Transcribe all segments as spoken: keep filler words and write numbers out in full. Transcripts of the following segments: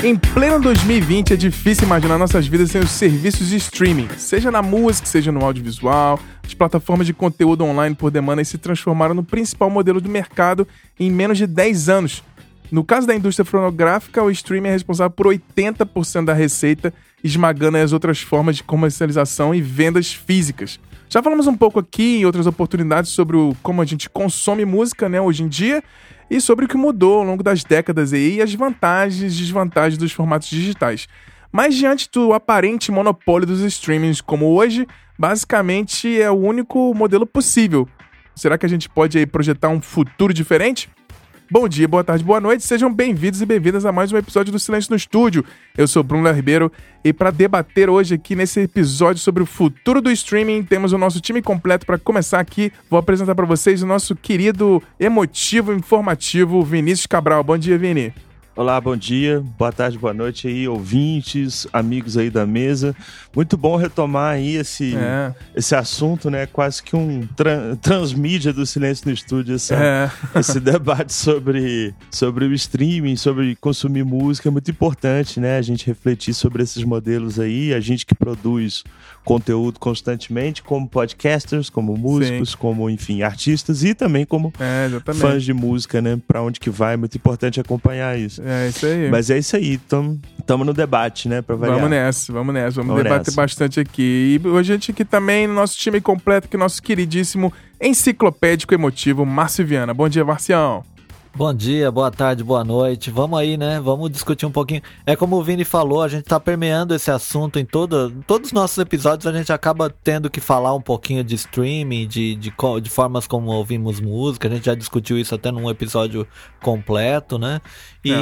Em pleno dois mil e vinte, é difícil imaginar nossas vidas sem os serviços de streaming. Seja na música, seja no audiovisual, as plataformas de conteúdo online por demanda se transformaram no principal modelo do mercado em menos de dez anos. No caso da indústria fonográfica, o streaming é responsável por oitenta por cento da receita, esmagando as outras formas de comercialização e vendas físicas. Já falamos um pouco aqui em outras oportunidades sobre o, como a gente consome música, né, hoje em dia, e sobre o que mudou ao longo das décadas aí, e as vantagens e desvantagens dos formatos digitais. Mas diante do aparente monopólio dos streamings como hoje, basicamente é o único modelo possível. Será que a gente pode aí projetar um futuro diferente? Bom dia, boa tarde, boa noite, sejam bem-vindos e bem-vindas a mais um episódio do Silêncio no Estúdio. Eu sou Bruno Léo Ribeiro e para debater hoje aqui nesse episódio sobre o futuro do streaming, temos o nosso time completo. Para começar aqui, vou apresentar para vocês o nosso querido, emotivo, informativo Vinícius Cabral. Bom dia, Vini. Olá, bom dia, boa tarde, boa noite aí, ouvintes, amigos aí da mesa. Muito bom retomar aí esse, é. esse assunto, né? Quase que um tra- transmídia do Silêncio no Estúdio, essa, é. esse debate sobre, sobre o streaming, sobre consumir música. É muito importante, né? A gente refletir sobre esses modelos aí, a gente que produz conteúdo constantemente, como podcasters, como músicos, Sim. como, enfim, artistas e também como é, fãs de música, né? Pra onde que vai, é muito importante acompanhar isso. É isso aí. Mas é isso aí, estamos no debate, né, pra variar. Vamos nessa, vamos nessa, vamos, vamos debater nessa. bastante aqui. E hoje a gente aqui também, no nosso time completo, que é nosso queridíssimo enciclopédico emotivo, Márcio Viana. Bom dia, Marcião. Bom dia, boa tarde, boa noite. Vamos aí, né? Vamos discutir um pouquinho. É como o Vini falou, a gente tá permeando esse assunto em todo, todos os nossos episódios. A gente acaba tendo que falar um pouquinho de streaming, de, de, de formas como ouvimos música. A gente já discutiu isso até num episódio completo, né? E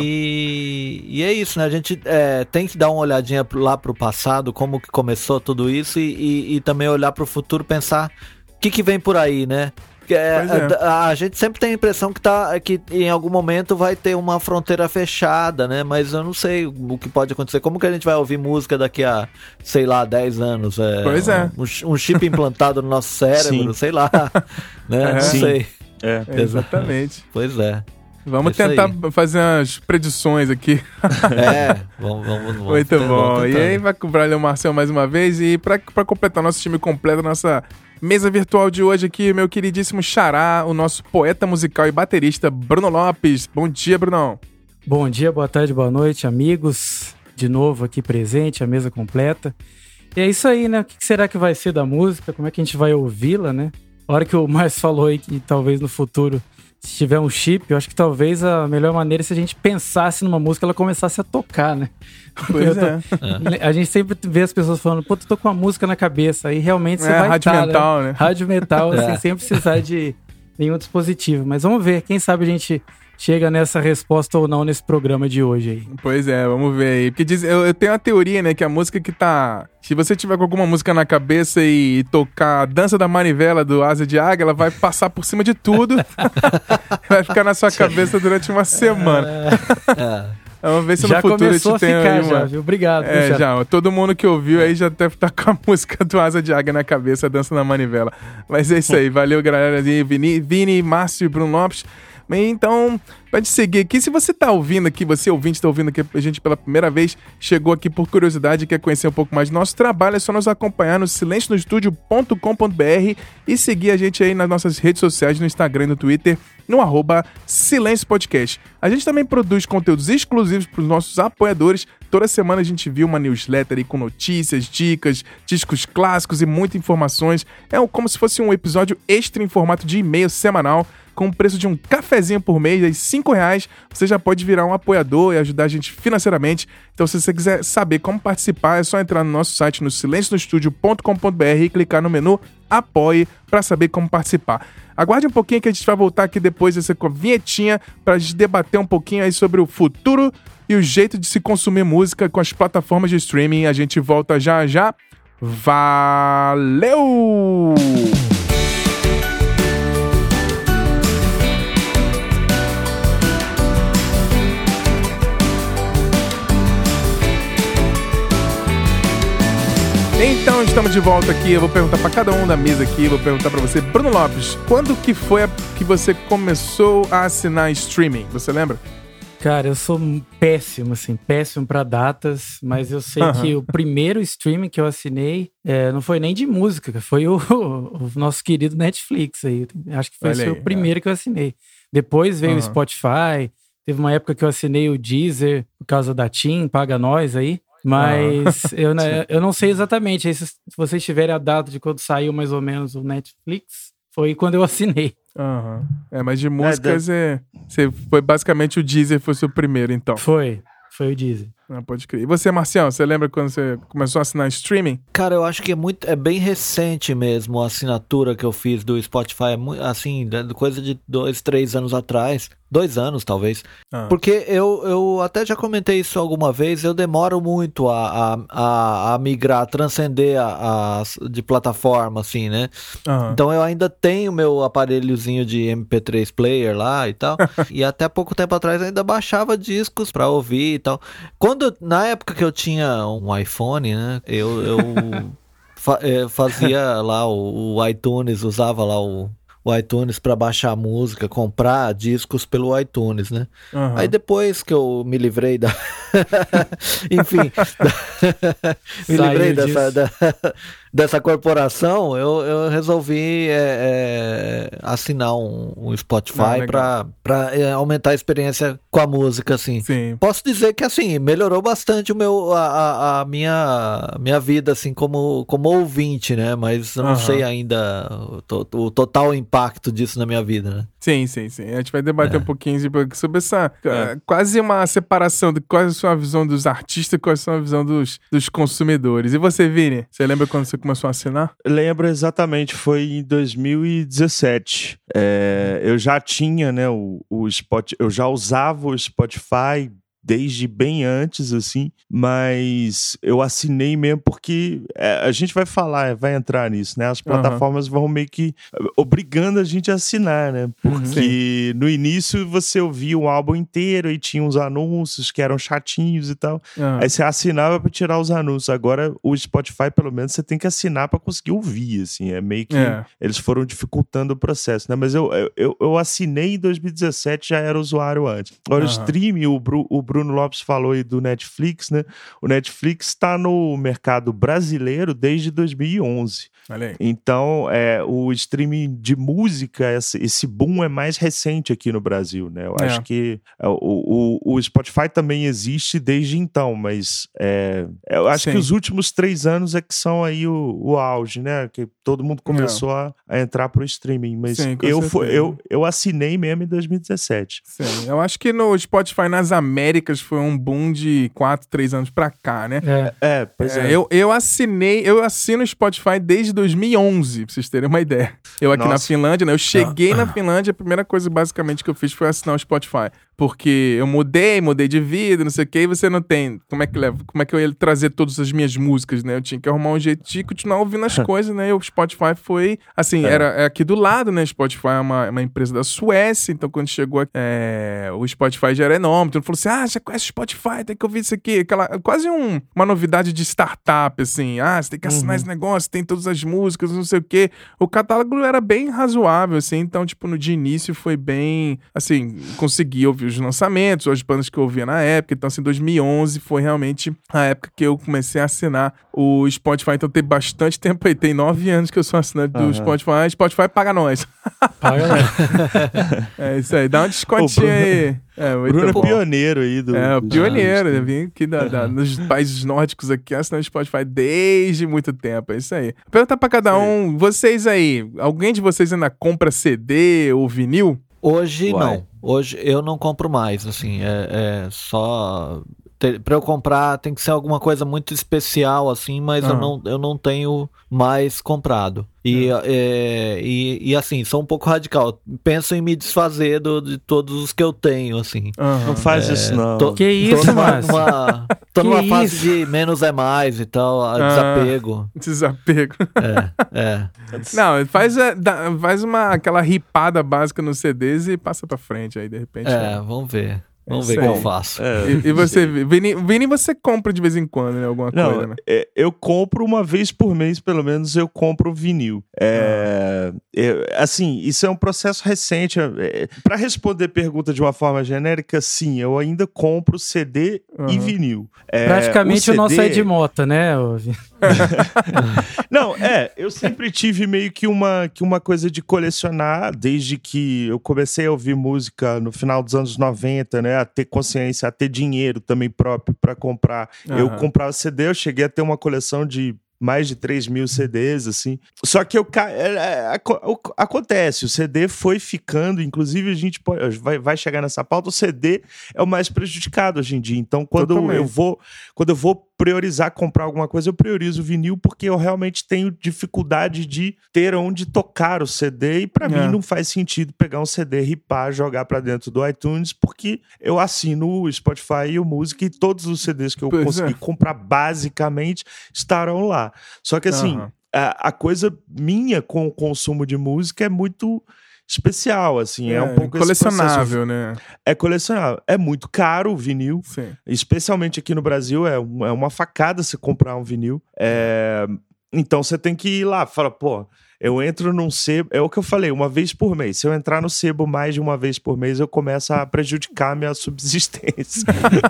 é, e é isso, né? A gente é, tem que dar uma olhadinha lá pro passado, como que começou tudo isso e, e, e também olhar pro futuro, pensar o que que vem por aí, né? É, é. A, a gente sempre tem a impressão que, tá, que em algum momento vai ter uma fronteira fechada, né? Mas eu não sei o que pode acontecer. Como que a gente vai ouvir música daqui a, sei lá, dez anos? É, pois é. Um, um chip implantado no nosso cérebro, Sim. sei lá. Né? É. Não Sim. sei. É. Exatamente. Pois é. Vamos é tentar aí. fazer umas predições aqui. É, vamos, vamos, vamos. Muito ter, bom. Vamos e aí vai cobrar o Marcelo mais uma vez. E para completar nosso time completo, nossa mesa virtual de hoje aqui, meu queridíssimo xará, o nosso poeta musical e baterista, Bruno Lopes. Bom dia, Brunão. Bom dia, boa tarde, boa noite, amigos. De novo aqui presente, a mesa completa. E é isso aí, né? O que será que vai ser da música? Como é que a gente vai ouvi-la, né? A hora que o Márcio falou aí que talvez no futuro, se tiver um chip, eu acho que talvez a melhor maneira é se a gente pensasse numa música, ela começasse a tocar, né? Pois tô, é. A gente sempre vê as pessoas falando, pô, tu tô com uma música na cabeça, aí realmente você é, vai rádio tá, mental, né? né? Rádio mental, assim, É. sem precisar de nenhum dispositivo. Mas vamos ver, quem sabe a gente chega nessa resposta ou não nesse programa de hoje aí. Pois é, vamos ver aí. Porque diz, eu, eu tenho uma teoria, né, que a música que tá... Se você tiver com alguma música na cabeça e tocar a Dança da Manivela do Asa de Águia, ela vai passar por cima de tudo. Vai ficar na sua cabeça durante uma semana. É. Vamos ver se Já no futuro a começou gente a tem ficar aí uma... já, viu? Obrigado. É, já. já. Todo mundo que ouviu aí já deve estar com a música do Asa de Águia na cabeça, a Dança da Manivela. Mas é isso aí. Valeu, galera. Vini, Vini, Márcio e Bruno Lopes. Então, pode seguir aqui. Se você tá ouvindo aqui, você ouvinte tá ouvindo aqui a gente pela primeira vez, chegou aqui por curiosidade e quer conhecer um pouco mais do nosso trabalho, é só nos acompanhar no silêncio no estúdio ponto com ponto b r e seguir a gente aí nas nossas redes sociais, no Instagram e no Twitter, no arroba Silêncio Podcast. A gente também produz conteúdos exclusivos para os nossos apoiadores. Toda semana a gente viu uma newsletter aí com notícias, dicas, discos clássicos e muitas informações. É como se fosse um episódio extra em formato de e-mail semanal, com o preço de um cafezinho por mês, aí cinco reais, você já pode virar um apoiador e ajudar a gente financeiramente. Então, se você quiser saber como participar, é só entrar no nosso site no silêncio no estúdio ponto com ponto b r e clicar no menu Apoie para saber como participar. Aguarde um pouquinho que a gente vai voltar aqui depois dessa vinhetinha para a gente debater um pouquinho aí sobre o futuro e o jeito de se consumir música com as plataformas de streaming. A gente volta já já. Valeu! Então estamos de volta aqui, eu vou perguntar pra cada um da mesa aqui, vou perguntar pra você, Bruno Lopes, quando que foi a, que você começou a assinar streaming? Você lembra? Cara, eu sou péssimo, assim, péssimo pra datas, mas eu sei Aham. que o primeiro streaming que eu assinei é, não foi nem de música, foi o, o nosso querido Netflix aí. Acho que foi, Olha foi aí, o primeiro que eu assinei. Depois veio o Aham. Spotify, teve uma época que eu assinei o Deezer por causa da TIM, paga nós aí. Mas eu, né, eu não sei exatamente, aí se se vocês tiverem a data de quando saiu mais ou menos o Netflix, foi quando eu assinei. Aham. É, mas de músicas é, você foi basicamente o Deezer foi seu primeiro, então. Foi, foi o Deezer. Ah, pode crer. E você, Marcião, você lembra quando você começou a assinar streaming? Cara, eu acho que é muito, é bem recente mesmo a assinatura que eu fiz do Spotify, é mui- assim, da- coisa de dois, três anos atrás, dois anos talvez, Ah. porque eu, eu até já comentei isso alguma vez, eu demoro muito a, a, a, a migrar, a transcender a, a- de plataforma, assim, né? Aham. Então eu ainda tenho meu aparelhozinho de M P três player lá e tal, e até pouco tempo atrás eu ainda baixava discos pra ouvir e tal. Quando, na época que eu tinha um iPhone, né, eu, eu fa- eh, fazia lá o, o iTunes, usava lá o, o iTunes pra baixar música, comprar discos pelo iTunes, né? Aham. Aí depois que eu me livrei da... Enfim, da- me Saiu livrei dessa, disso. da- dessa corporação, eu, eu resolvi é, é, assinar um, um Ah, Spotify legal. pra, pra é, aumentar a experiência com a música, assim. Sim. Posso dizer que, assim, melhorou bastante o meu, a, a- a minha, minha vida, assim, como, como ouvinte, né? Mas eu não Aham. sei ainda o, to- o total impacto disso na minha vida, né? Sim, sim, sim. A gente vai debater É. um pouquinho de- sobre essa eh, quase uma separação de quais são a visão dos artistas e quais são a visão dos, dos consumidores. E você, Vini? Você lembra quando você começou a assinar? Lembro exatamente, foi em dois mil e dezessete. É, eu já tinha, né, o, o Spotify, eu já usava o Spotify desde bem antes, assim, mas eu assinei mesmo porque é, a gente vai falar, vai entrar nisso, né? As plataformas vão meio que obrigando a gente a assinar, né? Porque no início você ouvia o álbum inteiro e tinha uns anúncios que eram chatinhos e tal. Aham. Aí você assinava pra tirar os anúncios. Agora o Spotify, pelo menos, você tem que assinar pra conseguir ouvir, assim. É meio que É. eles foram dificultando o processo, né? Mas eu, eu- eu, eu assinei em dois mil e dezessete, já era usuário antes. Agora o Aham. streaming, o, Bru- o Bruno Lopes falou aí do Netflix, né? O Netflix tá no mercado brasileiro desde dois mil e onze. Olha aí. Então, é, o streaming de música, esse, esse boom é mais recente aqui no Brasil, né? Eu É. acho que é, o, o, o Spotify também existe desde então, mas é, eu acho Sim. que os últimos três anos é que são aí o, o auge, né? Que todo mundo começou a, a entrar pro streaming, mas Sim, com eu, fui- certeza. eu, eu assinei mesmo em dois mil e dezessete. Sim. Eu acho que no Spotify nas Américas foi um boom de quatro, três anos pra cá, né? É, É, pois É, é. eu, eu assinei, eu assino o Spotify desde dois mil e onze, pra vocês terem uma ideia. Eu aqui na Nossa. Finlândia, né? Eu cheguei na Finlândia, a primeira coisa basicamente que eu fiz foi assinar o Spotify. Porque eu mudei, mudei de vida, não sei o que, e você não tem. Como é que leva? Como é que eu ia trazer todas as minhas músicas, né? Eu tinha que arrumar um jeito de continuar ouvindo as coisas, né? E o Spotify foi. Assim, É. era é aqui do lado, né? Spotify é uma, uma empresa da Suécia, então quando chegou aqui, é, o Spotify já era enorme. Então falou assim: ah, já conhece o Spotify, tem que ouvir isso aqui. Aquela, quase um, uma novidade de startup, assim. Ah, você tem que assinar esse negócio, tem todas as músicas, não sei o quê. O catálogo era bem razoável, assim. Então, tipo, no de início foi bem. Assim, consegui ouvir os lançamentos, as bandas que eu ouvia na época. Então, assim, dois mil e onze foi realmente a época que eu comecei a assinar o Spotify. Então, tem bastante tempo aí. Tem nove anos que eu sou assinante do Aham. Spotify. Spotify paga nós. paga lá. É isso aí. Dá um descontinho Bruno- aí. É, muito Bruno bom. é pioneiro aí do. É, o do- pioneiro, eu vim aqui da, da- nos países nórdicos aqui, assinando Spotify desde muito tempo, é isso aí. Perguntar pra cada Isso aí. um, vocês aí, alguém de vocês ainda compra C D ou vinil? Hoje Uai. não. Hoje eu não compro mais, assim, é, é só... Ter, pra eu comprar tem que ser alguma coisa muito especial, assim, mas eu, Ah. não, eu não tenho mais comprado. E, é, e, e assim, sou um pouco radical. Penso em me desfazer do- de todos os que eu tenho, assim. Aham. Não faz isso, não. Tô, Que tô isso, numa, Márcio? numa- tô Que numa fase isso? de menos é mais e tal, a Ah. desapego. Desapego. É, é. Não, faz, é, dá- faz uma, aquela ripada básica nos C Ds e passa pra frente aí, de repente. É, vamos ver. Vamos ver o que eu faço. É. E, e você, Vini, Vini, você compra de vez em quando, né? Alguma Não, coisa, né? É, eu compro uma vez por mês, pelo menos, eu compro vinil. É, ah. é, assim, isso é um processo recente. É, para responder pergunta de uma forma genérica, sim, eu ainda compro C D uhum. e vinil. É, Praticamente o, o nosso Ed Mota, né? Não, é, eu sempre tive meio que uma, que uma coisa de colecionar, desde que eu comecei a ouvir música no final dos anos noventa, né? A ter consciência, a ter dinheiro também próprio para comprar. Uhum. Eu comprava C D, eu cheguei a ter uma coleção de mais de três mil C Ds, assim. Só que eu, é, é, acontece, o C D foi ficando, inclusive a gente pode, vai, vai chegar nessa pauta, o C D é o mais prejudicado hoje em dia. Então, quando eu vou, quando eu vou priorizar comprar alguma coisa, eu priorizo o vinil, porque eu realmente tenho dificuldade de ter onde tocar o C D, e pra é. mim não faz sentido pegar um C D, ripar, jogar pra dentro do iTunes, porque eu assino o Spotify e o Music, e todos os C Ds que eu pois consegui é. comprar basicamente estarão lá. Só que assim, uhum. a, a coisa minha com o consumo de música é muito especial, assim, é, é um pouco colecionável, né? É colecionável. É muito caro o vinil, sim. especialmente aqui no Brasil, é, um, é uma facada você comprar um vinil. É... Então você tem que ir lá, fala, pô, eu entro num sebo, é o que eu falei, uma vez por mês. Se eu entrar no sebo mais de uma vez por mês, eu começo a prejudicar a minha subsistência.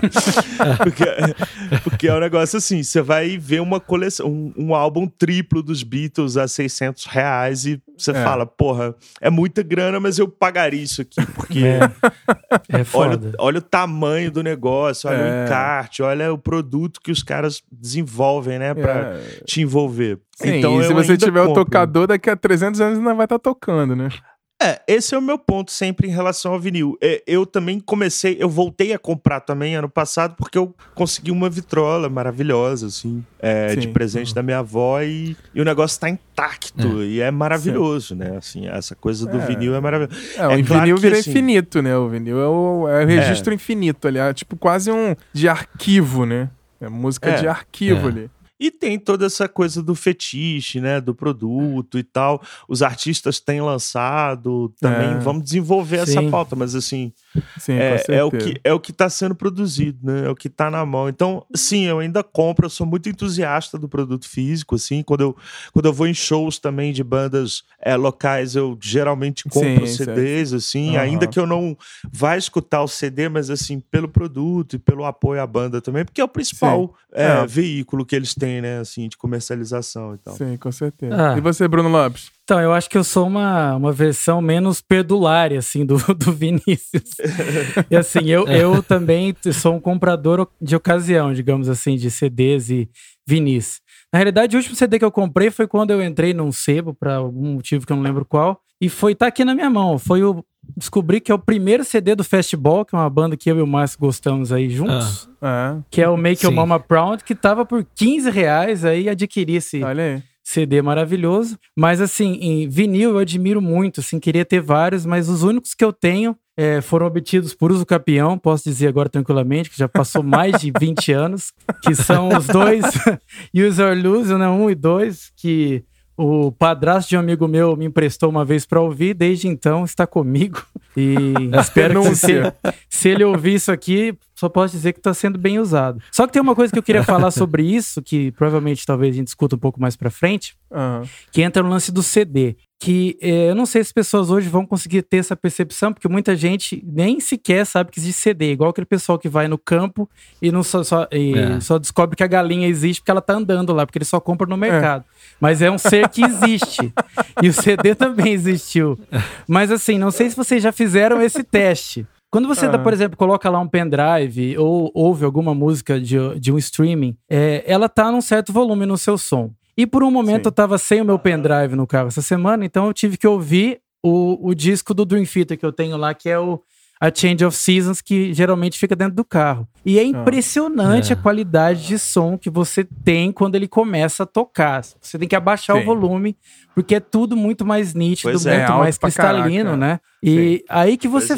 porque, porque é um negócio assim, você vai ver uma coleção, um, um álbum triplo dos Beatles a seiscentos reais e você é. fala, porra, é muita grana, mas eu pagaria isso aqui, porque é. É olha, olha o tamanho do negócio, olha é. o encarte, olha o produto que os caras desenvolvem, né, pra é. te envolver. Sim, então, e se você tiver compro. o tocador, daqui a trezentos anos não vai estar tá tocando, né? É, esse é o meu ponto sempre em relação ao vinil. É, eu também comecei, eu voltei a comprar também ano passado, porque eu consegui uma vitrola maravilhosa, assim, é, de presente uhum. da minha avó, e, e o negócio tá intacto, é. e é maravilhoso, Sim. né? Assim, essa coisa do é. vinil é maravilhosa. É, o é claro vinil vira assim, infinito, né? O vinil é o, é o registro é. infinito ali, é tipo quase um de arquivo, né? É música de arquivo ali. E tem toda essa coisa do fetiche, né? Do produto e tal. Os artistas têm lançado também. É. Vamos desenvolver Sim. essa pauta, mas assim... Sim, é, é, o que, é o que está sendo produzido, né? É o que está na mão. Então, sim, eu ainda compro. Eu sou muito entusiasta do produto físico, assim. Quando eu, quando eu vou em shows também de bandas é, locais, eu geralmente compro sim, C Ds, assim. Uhum. Ainda que eu não vá escutar o C D, mas assim, pelo produto e pelo apoio à banda também. Porque é o principal é, é. veículo que eles têm, né, assim, de comercialização e tal. Sim, com certeza. Ah. E você, Bruno Lopes? Então, eu acho que eu sou uma, uma versão menos perdulária, assim, do, do Vinícius. E assim, eu, eu também sou um comprador de ocasião, digamos assim, de C Ds e vinis. Na realidade, o último C D que eu comprei foi quando eu entrei num sebo, por algum motivo que eu não lembro qual, e foi, tá aqui na minha mão, foi o... Descobri que é o primeiro C D do Fastball, que é uma banda que eu e o Márcio gostamos aí juntos. Ah, é. Que é o Make Your Mama Proud, que tava por quinze reais, aí adquiri esse C D maravilhoso. Mas assim, em vinil eu admiro muito, assim, queria ter vários, mas os únicos que eu tenho é, foram obtidos por uso capião, posso dizer agora tranquilamente, que já passou mais de vinte anos, que são os dois Use or Lose, né, um e dois, que... O padrasto de um amigo meu me emprestou uma vez para ouvir, desde então está comigo. E espero que se, se ele ouvir isso aqui, só posso dizer que está sendo bem usado. Só que tem uma coisa que eu queria falar sobre isso, que provavelmente talvez a gente discuta um pouco mais para frente, uhum. que entra no lance do C D. Que eh, eu não sei se as pessoas hoje vão conseguir ter essa percepção, porque muita gente nem sequer sabe que existe C D. Igual aquele pessoal que vai no campo e, não só, só, e é. só descobre que a galinha existe porque ela tá andando lá, porque ele só compra no mercado. É. Mas é um ser que existe. E o C D também existiu. Mas assim, não sei se vocês já fizeram esse teste. Quando você, uhum. por exemplo, coloca lá um pendrive ou ouve alguma música de, de um streaming, é, ela tá num certo volume no seu som. E por um momento Sim. eu tava sem o meu pendrive no carro essa semana, então eu tive que ouvir o, o disco do Dream Theater que eu tenho lá, que é o A Change of Seasons, que geralmente fica dentro do carro. E é impressionante ah. é. a qualidade de som que você tem quando ele começa a tocar. Você tem que abaixar Sim. o volume, porque é tudo muito mais nítido, pois muito é, mais cristalino, né? E Sim. aí que você pois fala... É.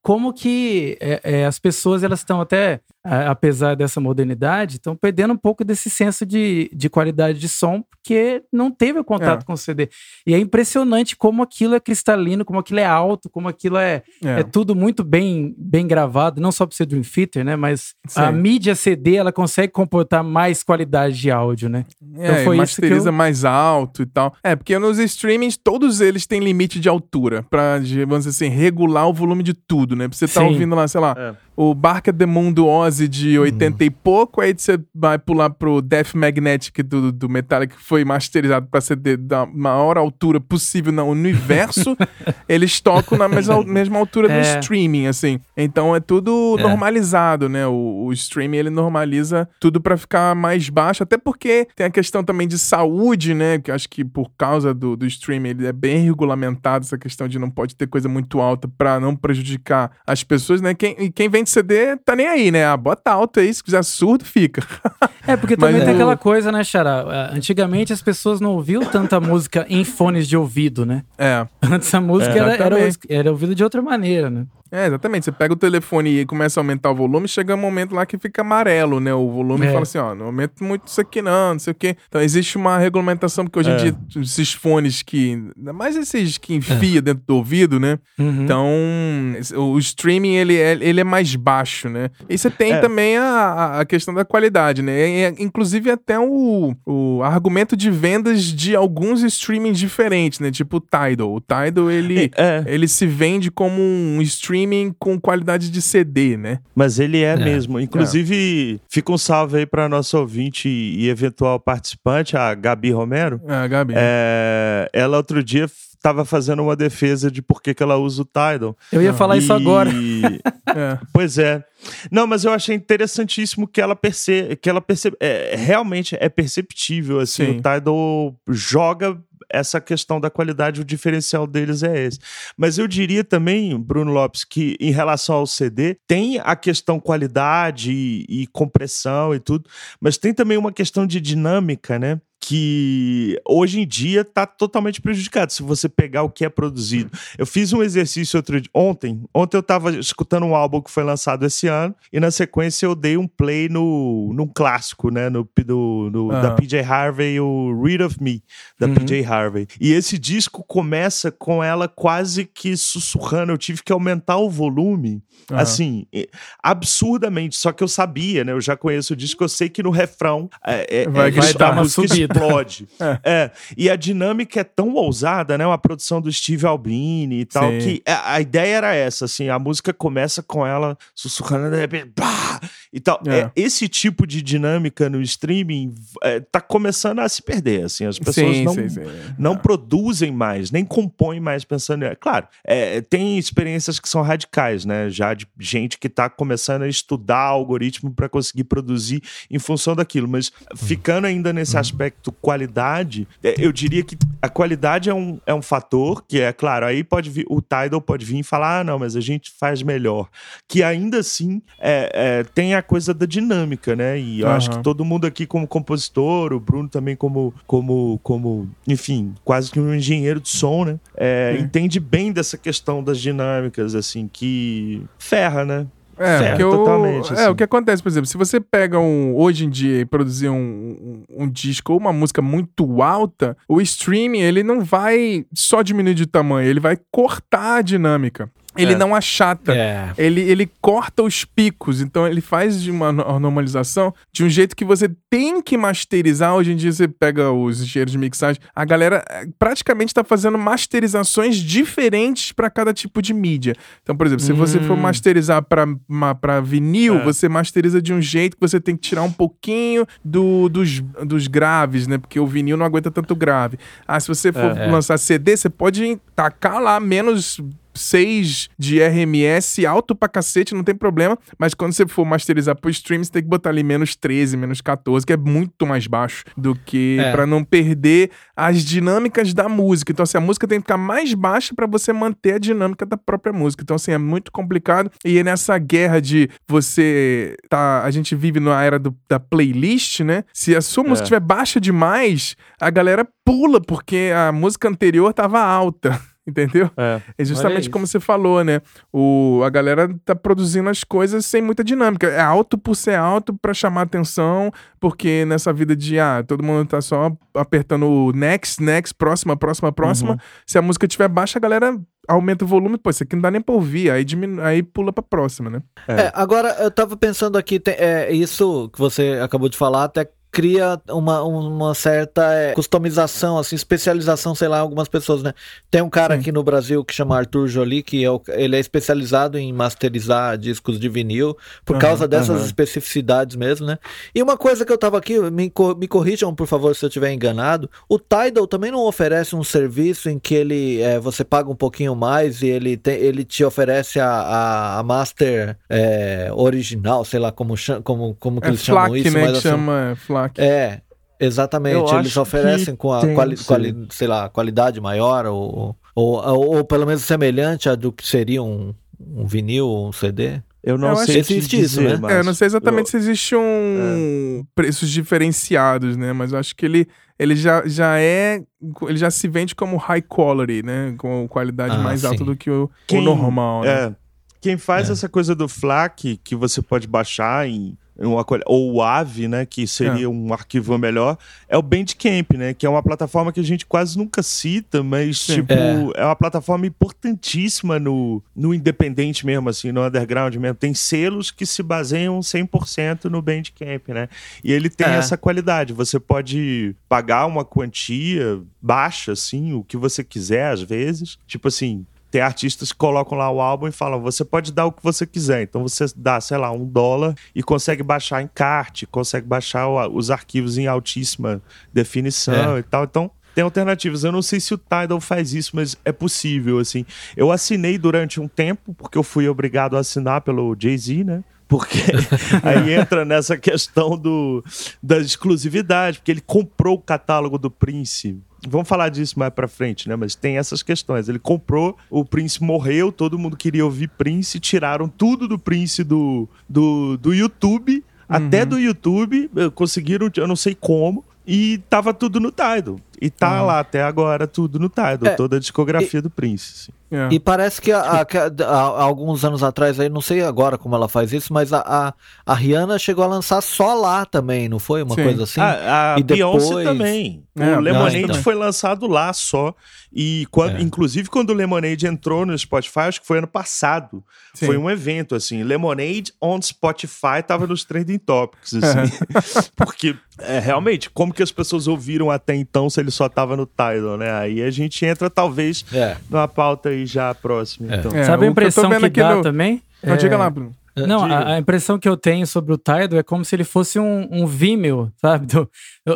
como que é, é, as pessoas elas estão até, a, apesar dessa modernidade, estão perdendo um pouco desse senso de, de qualidade de som, porque não teve o contato é. com o C D. E é impressionante como aquilo é cristalino, como aquilo é alto, como aquilo é, é. é tudo muito bem, bem gravado, não só por ser Dream Theater, né? Mas Sim. a mídia C D, ela consegue comportar mais qualidade de áudio, né? É, então foi masteriza isso que eu... mais alto e tal. É, porque nos streamings, todos eles têm limite de altura, pra, vamos dizer assim, regular o volume de tudo, né? Pra você tá Sim. ouvindo lá, sei lá, é. o Bark at the Moon do Ozzy de oitenta hum. e pouco, aí você vai pular pro Death Magnetic do, do Metallica, que foi masterizado pra ser de, da maior altura possível no universo, eles tocam na mesma, mesma altura é. do streaming, assim. Então é tudo é. normalizado, né? O, o streaming, ele normaliza tudo pra ficar mais baixo, até porque tem a questão também de saúde, né? Que acho que por causa do, do streaming, ele é bem regulamentado, essa questão de não pode ter coisa muito alta pra não prejudicar as pessoas, né? Quem, e quem vende C D tá nem aí, né? Ah, bota alto aí, se quiser surdo, fica. É, porque também Mas, tem é... aquela coisa, né, Xará? Antigamente as pessoas não ouviam tanta música em fones de ouvido, né? É. Antes a música é, era, era, era ouvida de outra maneira, né? É, exatamente. Você pega o telefone e começa a aumentar o volume, chega um momento lá que fica amarelo, né? O volume é. fala assim, ó, não aumenta muito isso aqui não, não sei o quê. Então existe uma regulamentação, porque hoje em é. dia esses fones que... Ainda mais esses que enfia é. dentro do ouvido, né? Uhum. Então o streaming, ele é, ele é mais baixo, né? E você tem é. também a, a questão da qualidade, né? E, inclusive até o, o argumento de vendas de alguns streamings diferentes, né? Tipo o Tidal. O Tidal, ele, é. ele se vende como um streaming com qualidade de C D, né? Mas ele é, é. mesmo. Inclusive, é. fica um salve aí pra nossa ouvinte e eventual participante, a Gabi Romero. É, a Gabi. É, ela outro dia estava fazendo uma defesa de por que que ela usa o Tidal. Eu ia falar e... isso agora. é. Pois é. Não, mas eu achei interessantíssimo que ela percebe, que ela percebe, é, realmente é perceptível, assim, Sim. o Tidal joga essa questão da qualidade, o diferencial deles é esse. Mas eu diria também, Bruno Lopes, que em relação ao C D, tem a questão qualidade e, e compressão e tudo, mas tem também uma questão de dinâmica, né? Que hoje em dia está totalmente prejudicado, se você pegar o que é produzido. Eu fiz um exercício outro dia, ontem, ontem eu estava escutando um álbum que foi lançado esse ano, e na sequência eu dei um play no, num clássico, né, no, no, no, uhum. da P J Harvey, o Read of Me, da uhum. P J Harvey. E esse disco começa com ela quase que sussurrando, eu tive que aumentar o volume, uhum. assim, absurdamente, só que eu sabia, né, eu já conheço o disco, eu sei que no refrão é, é, vai, é, vai dar uma subida. Explode. é. É. E a dinâmica é tão ousada, né? Uma produção do Steve Albini e tal, Sim. que a, a ideia era essa, assim, a música começa com ela sussurrando, de repente, pá, e tal. É. É, esse tipo de dinâmica no streaming é, tá começando a se perder, assim, as pessoas sim, não, sim, sim. não é. produzem mais, nem compõem mais pensando... É, claro, é, tem experiências que são radicais, né? Já de gente que tá começando a estudar algoritmo para conseguir produzir em função daquilo, mas ficando ainda nesse aspecto qualidade, eu diria que a qualidade é um, é um fator que é, claro, aí pode vir, o Tidal pode vir e falar, ah, não, mas a gente faz melhor. Que ainda assim é, é, tem a coisa da dinâmica, né? E eu uhum. acho que todo mundo aqui como compositor, o Bruno também como, como, como enfim, quase que um engenheiro de som, né? É, entende bem dessa questão das dinâmicas, assim, que ferra, né? É, certo, porque totalmente, o, assim. É, o que acontece, por exemplo, se você pega um, hoje em dia e produzir um, um, um disco ou uma música muito alta, o streaming, ele não vai só diminuir de tamanho, ele vai cortar a dinâmica. Ele é. não achata, é. ele, ele corta os picos, então ele faz de uma normalização de um jeito que você tem que masterizar. Hoje em dia você pega os engenheiros de mixagem, a galera praticamente está fazendo masterizações diferentes para cada tipo de mídia. Então, por exemplo, se hum. você for masterizar para vinil, é. você masteriza de um jeito que você tem que tirar um pouquinho do, dos, dos graves, né? Porque o vinil não aguenta tanto grave. Ah, se você for é. lançar C D, você pode tacar lá menos... seis de R M S, alto pra cacete, não tem problema, mas quando você for masterizar pro stream, você tem que botar ali menos treze, menos catorze, que é muito mais baixo do que é. pra não perder as dinâmicas da música. Então, assim, a música tem que ficar mais baixa pra você manter a dinâmica da própria música. Então, assim, é muito complicado. E é nessa guerra de você tá... A gente vive na era do, da playlist, né? Se a sua é. música estiver baixa demais, a galera pula, porque a música anterior tava alta. entendeu? É, é justamente como você falou, né? O, a galera tá produzindo as coisas sem muita dinâmica. É alto por ser alto pra chamar atenção, porque nessa vida de, ah, todo mundo tá só apertando o next, next, próxima, próxima, próxima. Uhum. Se a música tiver baixa, a galera aumenta o volume, pô, isso aqui não dá nem pra ouvir, aí, diminu... aí pula pra próxima, né? É. É, agora, eu tava pensando aqui, tem, é, isso que você acabou de falar, até cria uma, uma certa é, customização, assim, especialização, sei lá, algumas pessoas, né? Tem um cara Sim. aqui no Brasil que chama Arthur Joly, que é o, ele é especializado em masterizar discos de vinil, por uhum, causa dessas uhum. especificidades mesmo, né? E uma coisa que eu tava aqui, me, me corrijam, por favor, se eu estiver enganado, o Tidal também não oferece um serviço em que ele, é, você paga um pouquinho mais e ele, tem, ele te oferece a, a, a master é, original, sei lá como, como, como que é eles F L A C, chamam isso, né, mas que assim, chama F L A C. É, exatamente. Eu Eles oferecem com a tem, quali, quali, sei lá, qualidade maior ou, ou, ou, ou pelo menos semelhante a do que seria um, um vinil ou um C D. Eu não eu sei se existe isso, né? É, eu não sei exatamente eu... se existe um é. preços diferenciados, né? Mas eu acho que ele, ele já, já é, ele já se vende como high quality, né? Com qualidade ah, mais sim. alta do que o, Quem, o normal, né? É. Quem faz é. essa coisa do F L A C, que você pode baixar em Uma, ou o A V, né, que seria é. um arquivo melhor, é o Bandcamp, né, que é uma plataforma que a gente quase nunca cita, mas Sim. tipo, é. é uma plataforma importantíssima no, no independente mesmo, assim, no underground mesmo. Tem selos que se baseiam cem por cento no Bandcamp, né, e ele tem é. essa qualidade. Você pode pagar uma quantia baixa, assim, o que você quiser, às vezes, tipo assim, tem artistas que colocam lá o álbum e falam, você pode dar o que você quiser. Então você dá, sei lá, um dólar e consegue baixar em cart, consegue baixar o, os arquivos em altíssima definição é. e tal. Então tem alternativas. Eu não sei se o Tidal faz isso, mas é possível, assim. Eu assinei durante um tempo, porque eu fui obrigado a assinar pelo Jay-Z, né? Porque aí entra nessa questão do, da exclusividade, porque ele comprou o catálogo do Prince. Vamos falar disso mais pra frente, né? Mas tem essas questões. Ele comprou, o Prince morreu, todo mundo queria ouvir Prince, tiraram tudo do Prince do, do, do YouTube, uhum. até do YouTube, conseguiram, eu não sei como, e tava tudo no Tidal. E tá uhum. lá até agora tudo no Tidal, é, toda a discografia e, do Prince. Assim. É. E parece que há alguns anos atrás, aí não sei agora como ela faz isso, mas a, a, a Rihanna chegou a lançar só lá também, não foi? Uma Sim. coisa assim? A, a e Beyoncé depois... também. É, o Lemonade também. foi lançado lá só. E quando, é. inclusive quando o Lemonade entrou no Spotify, acho que foi ano passado. Sim. Foi um evento, assim, Lemonade on Spotify tava nos Trending Topics, assim. Porque, é, realmente, como que as pessoas ouviram até então se ele só tava no Tidal, né? Aí a gente entra, talvez, é. numa pauta aí já próxima. É. Então. É, Sabe a impressão que, que dá no... também? Não, é... diga lá, Bruno. Não, a, a impressão que eu tenho sobre o Tidal é como se ele fosse um, um Vimeo, sabe? Do,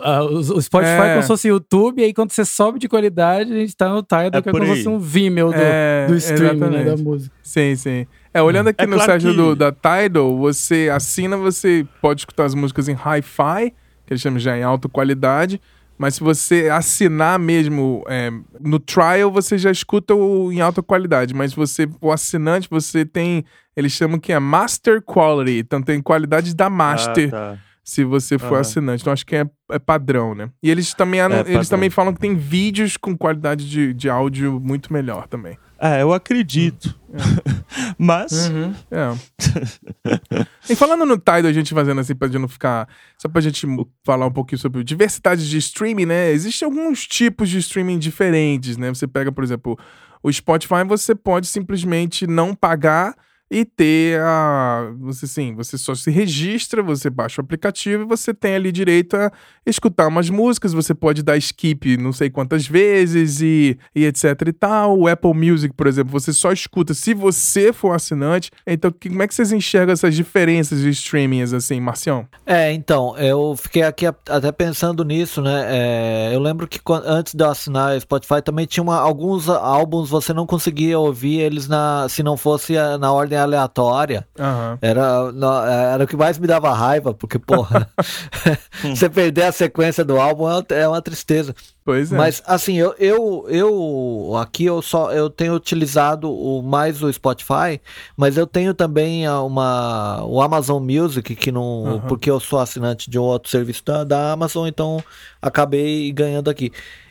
o, o Spotify é como se fosse YouTube, e aí quando você sobe de qualidade, a gente tá no Tidal, é que é como se fosse um Vimeo do, é, do streaming, né, da música. Sim, sim. É, olhando aqui é no claro site que... do, da Tidal, você assina, você pode escutar as músicas em hi-fi, que eles chamam já em alta qualidade, mas se você assinar mesmo, é, no trial você já escuta o, em alta qualidade, mas você, o assinante, você tem, eles chamam que é Master Quality, então tem qualidade da Master, ah, tá. se você for uhum. assinante. Então acho que é, é padrão, né? E eles também, é eles também falam que tem vídeos com qualidade de, de áudio muito melhor também. É, eu acredito. É. Mas... Uhum. É. E falando no Tidal, a gente fazendo assim, pra não ficar... Só pra gente falar um pouquinho sobre diversidade de streaming, né? Existem alguns tipos de streaming diferentes, né? Você pega, por exemplo, o Spotify, você pode simplesmente não pagar e ter a... Você, sim, você só se registra, você baixa o aplicativo e você tem ali direito a escutar umas músicas, você pode dar skip não sei quantas vezes e, e etc e tal. O Apple Music, por exemplo, você só escuta se você for assinante. Então, que, como é que vocês enxergam essas diferenças de streamings, assim, Marcião? É, então, eu fiquei aqui até pensando nisso, né? É, eu lembro que quando, antes de eu assinar o Spotify, também tinha uma, alguns álbuns você não conseguia ouvir eles na, se não fosse na ordem aleatória. Uhum. Era, era o que mais me dava raiva, porque, porra, você perder a sequência do álbum é uma tristeza. Pois é. Mas, assim, eu, eu, eu aqui eu só eu tenho utilizado o, mais o Spotify, mas eu tenho também uma, o Amazon Music, que não, uhum. porque eu sou assinante de um outro serviço da, da Amazon, então acabei ganhando aqui.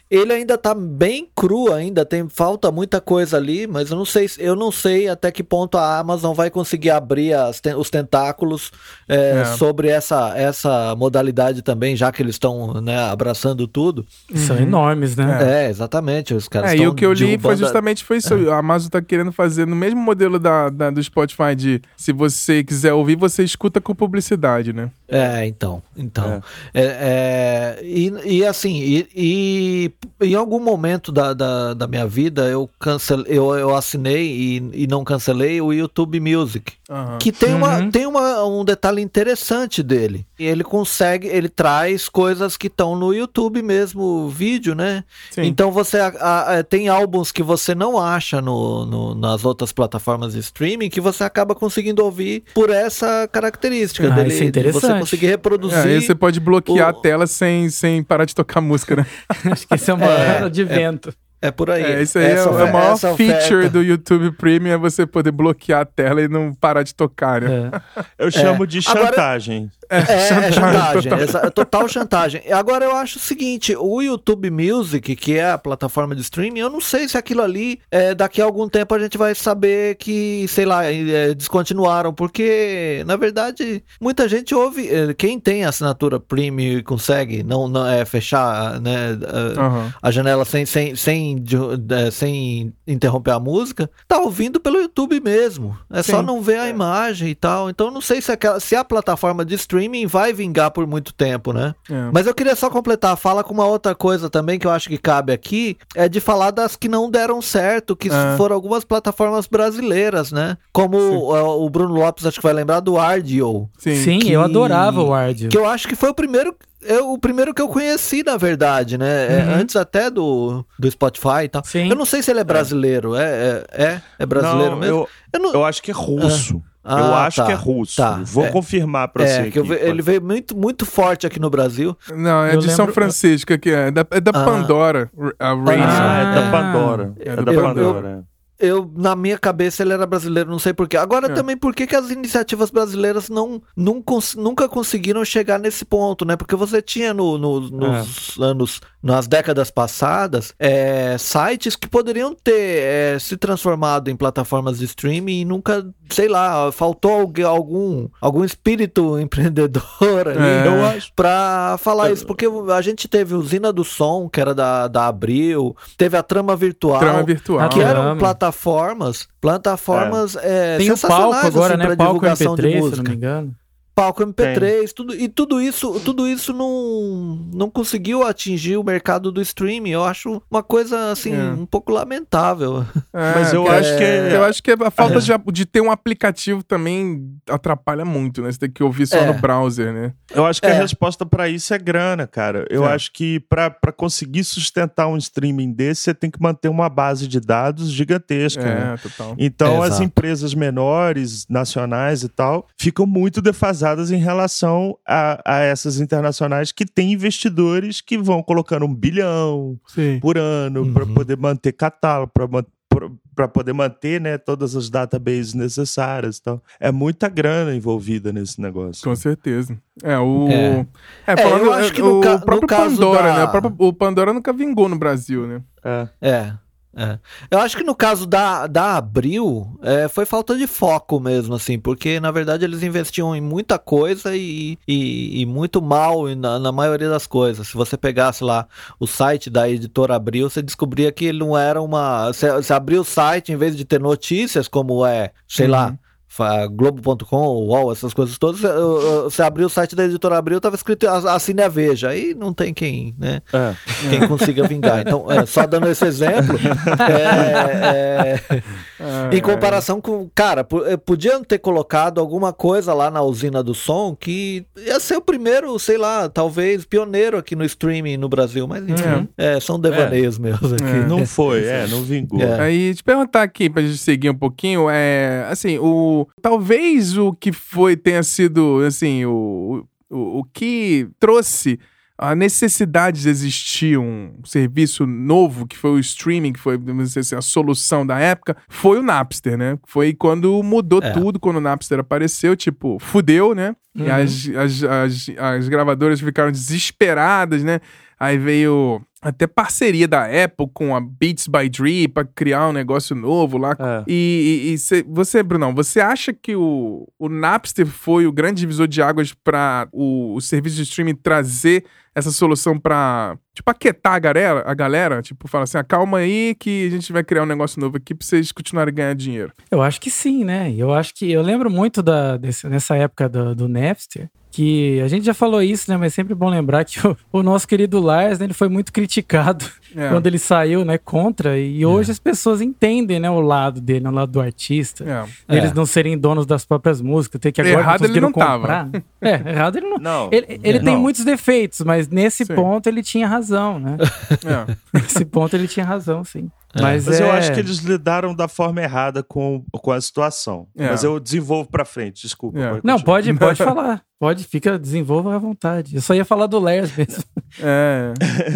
ele ainda tá bem cru ainda, tem, falta muita coisa ali, mas eu não sei, eu não sei até que ponto a Amazon vai conseguir abrir as, os tentáculos é, é. sobre essa, essa modalidade também, já que eles estão, né, abraçando tudo. São uhum. enormes, né? É, exatamente, os caras é, estão e o que eu li foi justamente foi isso, é. a Amazon tá querendo fazer no mesmo modelo da, da, do Spotify de, se você quiser ouvir, você escuta com publicidade, né? É, então, então, é. É, é, e, e assim, e, e em algum momento da, da, da minha vida eu, cancel, eu, eu assinei e, e não cancelei o YouTube Music, uhum. que tem, uma, uhum. tem uma, um detalhe interessante dele, ele consegue, ele traz coisas que estão no YouTube mesmo, vídeo, né? Sim. Então você a, a, tem álbuns que você não acha no, no, nas outras plataformas de streaming que você acaba conseguindo ouvir por essa característica ah, dele, isso é interessante. Você conseguir reproduzir. É, aí você pode bloquear o... a tela sem, sem parar de tocar música, né? Acho que esse é o maior advento. É, é por aí. É, isso aí essa, é, é o maior feature oferta. do YouTube Premium, é você poder bloquear a tela e não parar de tocar, né? É. Eu chamo é. de chantagem. Agora, é, é, chantagem, é chantagem. Total. Essa, total chantagem. Agora eu acho o seguinte, o YouTube Music, que é a plataforma de streaming, eu não sei se aquilo ali, é, daqui a algum tempo a gente vai saber que, sei lá, é, descontinuaram, porque, na verdade, muita gente ouve, é, quem tem assinatura Premium e consegue não, não é, fechar, né, a, uhum. a janela sem, sem, sem, é, sem interromper a música, tá ouvindo pelo YouTube mesmo. É Sim. só não ver a imagem e tal. Então não sei se, aquela, se a plataforma de streaming streaming vai vingar por muito tempo, né? É. Mas eu queria só completar a fala com uma outra coisa também que eu acho que cabe aqui, é de falar das que não deram certo, que é. foram algumas plataformas brasileiras, né? Como o, o Bruno Lopes acho que vai lembrar do Ardio. Sim, Sim que, eu adorava o Ardio. Que eu acho que foi o primeiro... É o primeiro que eu conheci, na verdade, né? Uhum. É, antes até do, do Spotify e tal. Sim. Eu não sei se ele é brasileiro. É, é, é, é brasileiro não, mesmo? Eu, eu, não... eu acho que é russo. Ah. Eu Ah, acho tá, que é russo. tá. Vou é, confirmar pra é, você que aqui. Eu, ele veio muito, muito forte aqui no Brasil. Não, é eu de lembro... São Francisco, que é da, é da ah. Pandora. A Rain. Ah, é da Pandora. É, é da eu, Pandora. Eu, Eu, na minha cabeça, ele era brasileiro, não sei porquê. Agora, é. também, por que que as iniciativas brasileiras não, não cons- nunca conseguiram chegar nesse ponto, né? Porque você tinha no, no, nos é. anos, nas décadas passadas, é, sites que poderiam ter é, se transformado em plataformas de streaming e nunca, sei lá, faltou algum, algum espírito empreendedor ali é. eu acho. pra falar é. isso. Porque a gente teve o Usina do Som, que era da, da Abril, teve a Trama Virtual, Trama Virtual. que eram plataformas plataformas, plataformas é. É, tem o palco agora, assim, né? Palco M P três, se não me engano. Palco M P três, tudo, e tudo isso, tudo isso não, não conseguiu atingir o mercado do streaming. Eu acho uma coisa assim é. um pouco lamentável. É, Mas eu é, acho que eu acho que a falta é. de, de ter um aplicativo também atrapalha muito, né? Você tem que ouvir só é. no browser, né? Eu acho que a resposta pra isso é grana, cara. Eu acho que pra, pra conseguir sustentar um streaming desse, você tem que manter uma base de dados gigantesca. É, né? total. Então as empresas menores, nacionais e tal, ficam muito defasadas em relação a, a essas internacionais que têm investidores que vão colocando um bilhão Sim. por ano uhum. para poder manter catálogo, para poder manter, né, todas as databases necessárias. Então, é muita grana envolvida nesse negócio. Com certeza. É, o... É, é falando, é, eu acho que no, o ca- próprio no caso Pandora, da... né? O, próprio, o Pandora nunca vingou no Brasil, né? É. É. É. Eu acho que no caso da, da Abril é, foi falta de foco mesmo, assim, porque na verdade eles investiam em muita coisa e, e, e muito mal na, na maioria das coisas. Se você pegasse lá o site da editora Abril, você descobria que ele não era uma... Você, você abriu o site, em vez de ter notícias, como é, sei uhum. lá, Globo ponto com, U O L, essas coisas todas, você abriu o site da editora Abril, tava escrito assine a Veja, aí não tem quem, né, é. quem consiga vingar. Então, é, só dando esse exemplo, é, é, em comparação com, cara, podiam ter colocado alguma coisa lá na Usina do Som que ia ser o primeiro, sei lá, talvez pioneiro aqui no streaming no Brasil, mas enfim, é. É, são devaneios é. meus aqui. É. Não foi, é, não vingou. É. Aí, te perguntar aqui, pra gente seguir um pouquinho, é, assim, o talvez o que foi tenha sido, assim, o, o, o que trouxe a necessidade de existir um serviço novo, que foi o streaming, que foi, vamos dizer assim, a solução da época, foi o Napster, né? Foi quando mudou é. tudo, quando o Napster apareceu, tipo, fudeu, né? Uhum. E as, as, as, as gravadoras ficaram desesperadas, né? Aí veio até parceria da Apple com a Beats by Dre pra criar um negócio novo lá. É. E, e, e cê, você, Brunão, você acha que o, o Napster foi o grande divisor de águas pra o, o serviço de streaming trazer essa solução pra, tipo, aquietar a galera, a galera? Tipo, fala assim, calma aí que a gente vai criar um negócio novo aqui pra vocês continuarem ganhando dinheiro. Eu acho que sim, né? Eu acho que... Eu lembro muito da, desse, nessa época do, do Napster, que a gente já falou isso, né? Mas é sempre bom lembrar que o, o nosso querido Lars, né, ele foi muito criticado é. quando ele saiu, né, contra. E hoje é. as pessoas entendem, né, o lado dele, né, o lado do artista. É. Eles é. não serem donos das próprias músicas, ter que agora errado ele não comprar. Tava. É, errado ele não. não ele ele é. tem não. muitos defeitos, mas nesse sim. ponto ele tinha razão, né? É. Nesse ponto ele tinha razão, sim. É. Mas, Mas é... eu acho que eles lidaram da forma errada com, com a situação. É. Mas eu desenvolvo pra frente, desculpa. É. Pode não, pode, pode falar. Pode, fica, desenvolva à vontade. Eu só ia falar do Lars mesmo. É.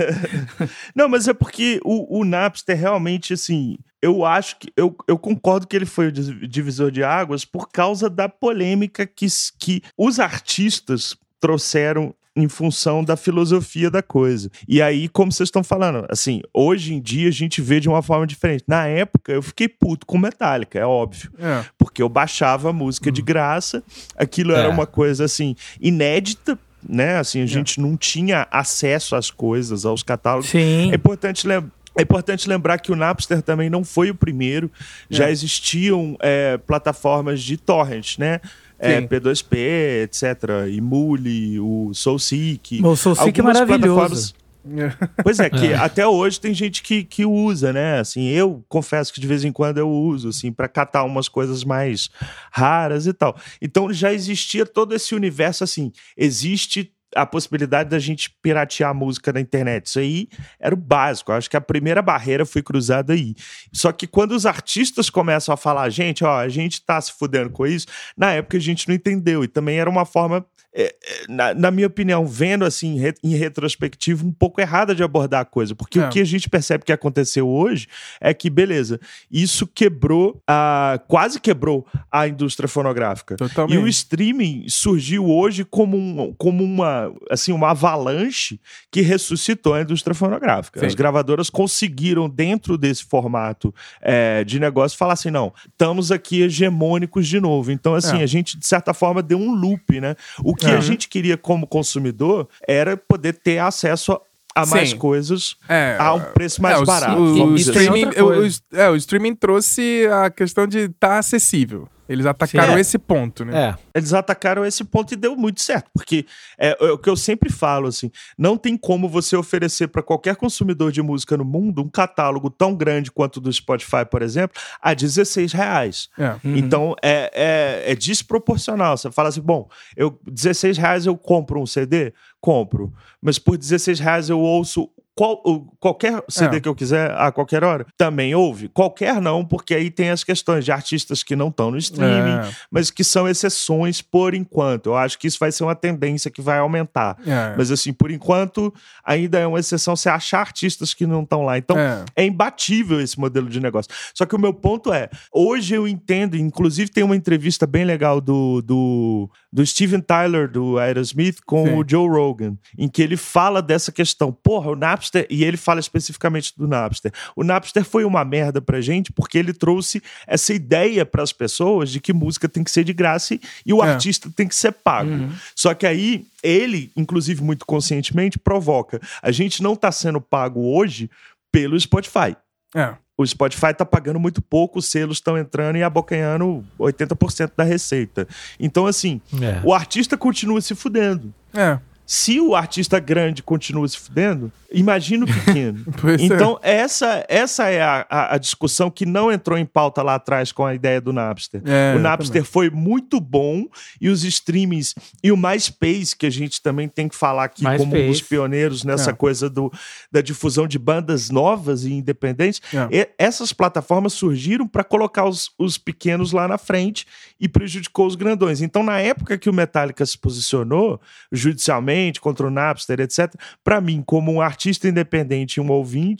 Não, mas é porque o, o Napster realmente, assim, eu acho que, eu, eu concordo que ele foi o divisor de águas por causa da polêmica que, que os artistas trouxeram em função da filosofia da coisa. E aí, como vocês estão falando, assim, hoje em dia a gente vê de uma forma diferente. Na época, eu fiquei puto com Metallica, é óbvio. É. Porque eu baixava a música hum. de graça, aquilo é. era uma coisa, assim, inédita, né? Assim, a gente é. não tinha acesso às coisas, aos catálogos. Sim. É importante lembrar É importante lembrar que o Napster também não foi o primeiro. É. Já existiam é, plataformas de torrent, né? É, P dois P, etcétera. Emule, o SoulSeek. O SoulSeek é maravilhoso. Pois é, que é. até hoje tem gente que, que usa, né? Assim, eu confesso que de vez em quando eu uso, assim, para catar umas coisas mais raras e tal. Então já existia todo esse universo, assim, existe a possibilidade da gente piratear a música na internet. Isso aí era o básico. Eu acho que a primeira barreira foi cruzada aí. Só que quando os artistas começam a falar, gente, ó, a gente tá se fudendo com isso, na época a gente não entendeu. E também era uma forma, é, na, na minha opinião, vendo assim em retrospectiva, um pouco errada de abordar a coisa. Porque é. o que a gente percebe que aconteceu hoje é que, beleza, isso quebrou, a, quase quebrou a indústria fonográfica. Totalmente. E o streaming surgiu hoje como, um, como uma assim, uma avalanche que ressuscitou a indústria fonográfica. Sim. As gravadoras conseguiram, dentro desse formato é, de negócio, falar assim, não, estamos aqui hegemônicos de novo. Então, assim, é. a gente, de certa forma, deu um loop, né? O que uhum. a gente queria como consumidor era poder ter acesso a a mais Sim. coisas é, a um preço mais é, barato. O, o, streaming, assim. o, o, é, o streaming trouxe a questão de estar tá acessível. Eles atacaram é. esse ponto, né? É. Eles atacaram esse ponto e deu muito certo, porque é, é o que eu sempre falo, assim, não tem como você oferecer para qualquer consumidor de música no mundo um catálogo tão grande quanto o do Spotify, por exemplo, a dezesseis reais. É. Uhum. Então, é, é, é desproporcional. Você fala assim, bom, eu, dezesseis reais eu compro um C D? Compro. Mas por dezesseis reais eu ouço Qual, qualquer C D é. que eu quiser, a qualquer hora, também ouve. Qualquer não, porque aí tem as questões de artistas que não estão no streaming, é. mas que são exceções por enquanto. Eu acho que isso vai ser uma tendência que vai aumentar. É. Mas assim, por enquanto, ainda é uma exceção você achar artistas que não estão lá. Então, é. é imbatível esse modelo de negócio. Só que o meu ponto é, hoje eu entendo, inclusive tem uma entrevista bem legal do, do, do Steven Tyler, do Aerosmith, com Sim. o Joe Rogan, em que ele fala dessa questão. Porra, o Napster, e ele fala especificamente do Napster. O Napster foi uma merda pra gente porque ele trouxe essa ideia pras pessoas de que música tem que ser de graça e o é. artista tem que ser pago. Uhum. Só que aí ele, inclusive muito conscientemente, provoca. A gente não tá sendo pago hoje pelo Spotify. É. O Spotify tá pagando muito pouco, os selos estão entrando e abocanhando oitenta por cento da receita. Então, assim, é. o artista continua se fudendo. É. Se o artista grande continua se fudendo, imagina o pequeno. Então, é. essa, essa é a, a, a discussão que não entrou em pauta lá atrás com a ideia do Napster. É, o Napster foi muito bom e os streamings e o MySpace, que a gente também tem que falar aqui MySpace. como um dos pioneiros nessa é. coisa do, da difusão de bandas novas e independentes, é. e essas plataformas surgiram para colocar os, os pequenos lá na frente e prejudicou os grandões. Então, na época que o Metallica se posicionou judicialmente contra o Napster, etcétera, para mim, como um artista independente e um ouvinte,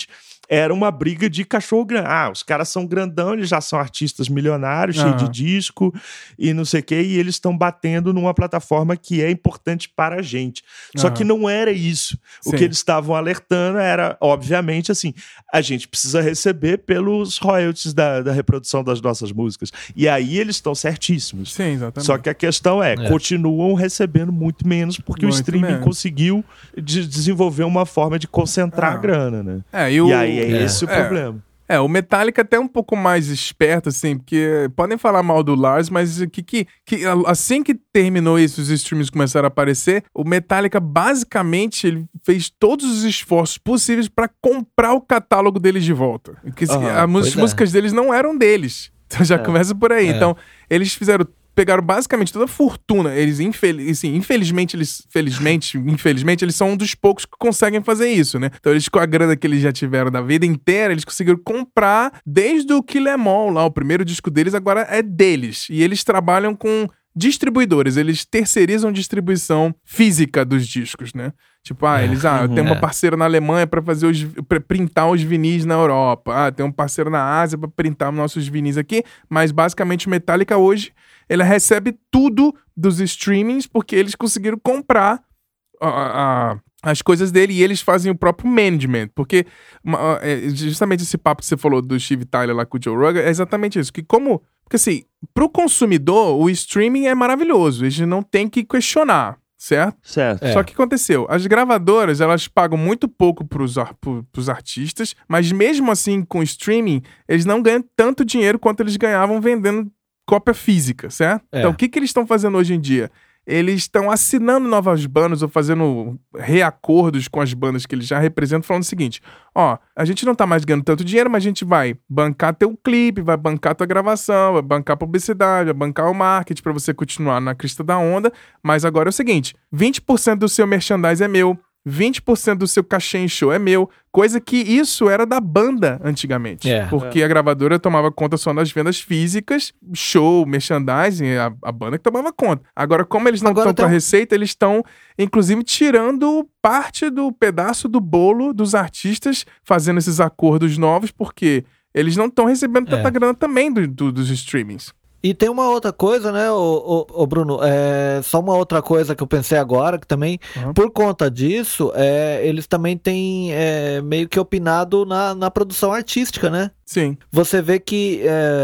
era uma briga de cachorro grande. Ah, os caras são grandão, eles já são artistas milionários, uhum. cheios de disco e não sei o quê, e eles estão batendo numa plataforma que é importante para a gente. Só uhum. que não era isso. Sim. O que eles estavam alertando era, obviamente, assim, a gente precisa receber pelos royalties da, da reprodução das nossas músicas. E aí eles estão certíssimos. Sim, exatamente. Só que a questão é, é. continuam recebendo muito menos porque muito o streaming menos. conseguiu de desenvolver uma forma de concentrar ah. a grana, né? É, e, o... e aí é, é esse o é. problema. É, o Metallica até é um pouco mais esperto, assim, porque podem falar mal do Lars, mas que, que, que assim que terminou isso, os streams começaram a aparecer, o Metallica basicamente ele fez todos os esforços possíveis para comprar o catálogo deles de volta. Porque uhum, as músicas é. deles não eram deles. Então já é. começa por aí. É. Então, eles fizeram... pegaram basicamente toda a fortuna. Eles, infel assim, infelizmente, eles, felizmente, infelizmente, eles são um dos poucos que conseguem fazer isso, né? Então, eles, com a grana que eles já tiveram da vida inteira, eles conseguiram comprar desde o Kill Em All lá, o primeiro disco deles, agora é deles. E eles trabalham com distribuidores, eles terceirizam distribuição física dos discos, né? Tipo, ah, eles, ah, tem uma parceira na Alemanha pra fazer os, pra printar os vinis na Europa. Ah, tem um parceiro na Ásia pra printar nossos vinis aqui. Mas, basicamente, o Metallica hoje, ele recebe tudo dos streamings porque eles conseguiram comprar a, a, as coisas dele e eles fazem o próprio management. Porque, uma, é, justamente esse papo que você falou do Steve Tyler lá com o Joe Rogan, é exatamente isso. Que como... Porque, assim, pro consumidor, o streaming é maravilhoso. Eles não tem que questionar. Certo? Certo. É. Só que aconteceu, as gravadoras, elas pagam muito pouco pros, ar, pro, pros artistas, mas mesmo assim, com streaming, eles não ganham tanto dinheiro quanto eles ganhavam vendendo cópia física, certo? É. Então, o que, que eles estão fazendo hoje em dia? Eles estão assinando novas bandas ou fazendo reacordos com as bandas que eles já representam, falando o seguinte, ó, a gente não tá mais ganhando tanto dinheiro, mas a gente vai bancar teu clipe, vai bancar tua gravação, vai bancar a publicidade, vai bancar o marketing pra você continuar na crista da onda, mas agora é o seguinte, vinte por cento do seu merchandise é meu, vinte por cento do seu cachê em show é meu, coisa que isso era da banda antigamente. É, porque é. a gravadora tomava conta só das vendas físicas, show, merchandising, a, a banda que tomava conta. Agora, como eles não estão com a receita, eles estão, inclusive, tirando parte do pedaço do bolo dos artistas, fazendo esses acordos novos, porque eles não estão recebendo tanta é. grana também do, do, dos streamings. E tem uma outra coisa, né, ô, ô, ô Bruno, é, só uma outra coisa que eu pensei agora, que também, uhum. por conta disso, é, eles também têm é, meio que opinado na, na produção artística, né? Sim. Você vê que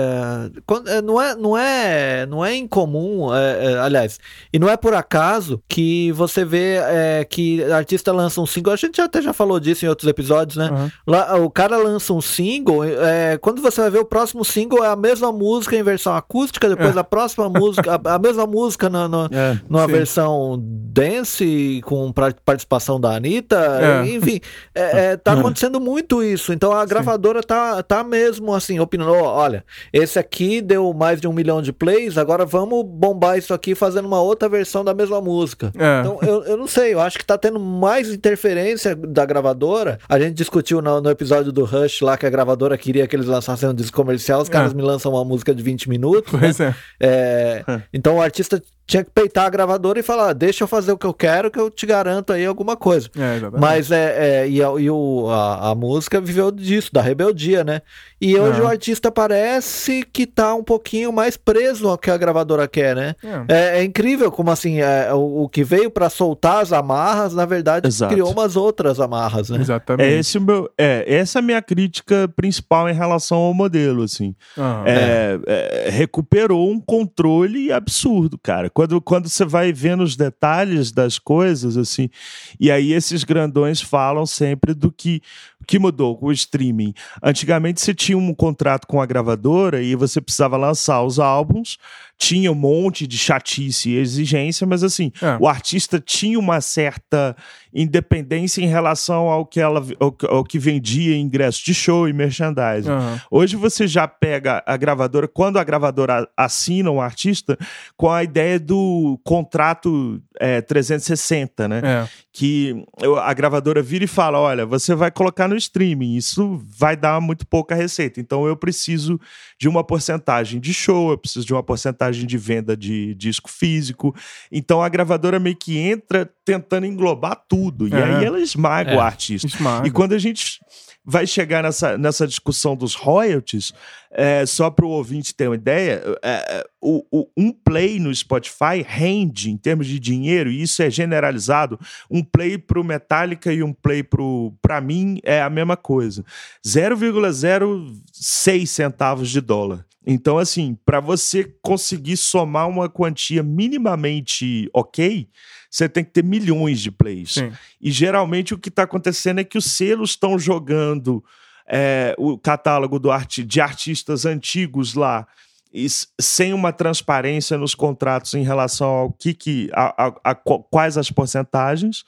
é, não, é, não, é, não é incomum, é, é, aliás, e não é por acaso que você vê é, que artista lança um single, a gente até já falou disso em outros episódios, né? Uhum. Lá, o cara lança um single, é, quando você vai ver o próximo single é a mesma música em versão acústica, depois é. a próxima música, a, a mesma música na, na, é, numa sim. versão dance, com participação da Anitta, é. enfim, é, é, tá acontecendo muito isso, então a gravadora sim. tá, tá mesmo assim, opinando, olha, esse aqui deu mais de um milhão de plays, agora vamos bombar isso aqui fazendo uma outra versão da mesma música. É. Então, eu, eu não sei, eu acho que tá tendo mais interferência da gravadora. A gente discutiu no, no episódio do Rush lá que a gravadora queria que eles lançassem um disco comercial, os caras é. me lançam uma música de vinte minutos. Pois né? é. É, então o artista tinha que peitar a gravadora e falar, deixa eu fazer o que eu quero, que eu te garanto aí alguma coisa. É, Mas é, é e, a, e o, a, a música viveu disso, da rebeldia, né? E hoje o artista parece que tá um pouquinho mais preso ao que a gravadora quer, né? É, é, é incrível como assim, é, o, o que veio pra soltar as amarras, na verdade, Exato. criou umas outras amarras, né? Exatamente. É, esse o meu, é, essa é a minha crítica principal em relação ao modelo, assim. Uhum. É, é, recuperou um controle absurdo, cara. Quando, quando você vai vendo os detalhes das coisas, assim, e aí esses grandões falam sempre do que, que mudou com o streaming. Antigamente você tinha um contrato com a gravadora e você precisava lançar os álbuns, tinha um monte de chatice e exigência, mas assim, é. o artista tinha uma certa independência em relação ao que, ela, ao, ao que vendia em ingresso de show e merchandising. Uhum. Hoje você já pega a gravadora, quando a gravadora assina um artista, com a ideia do contrato é, trezentos e sessenta, né? É. Que a gravadora vira e fala, olha, você vai colocar no streaming, isso vai dar muito pouca receita, então eu preciso de uma porcentagem de show, eu preciso de uma porcentagem porcentagem de venda de disco físico. Então a gravadora meio que entra tentando englobar tudo. E é. aí ela esmaga é. o artista. Esmaga. E quando a gente vai chegar nessa, nessa discussão dos royalties, é, só para o ouvinte ter uma ideia, é, o, o, um play no Spotify rende, em termos de dinheiro, e isso é generalizado, um play para o Metallica e um play para mim é a mesma coisa. zero vírgula zero seis centavos de dólar. Então, assim, para você conseguir somar uma quantia minimamente ok, você tem que ter milhões de plays. Sim. E geralmente o que está acontecendo é que os selos estão jogando é, o catálogo do arti- de artistas antigos lá, e, sem uma transparência nos contratos em relação ao que, que a, a, a, quais as porcentagens.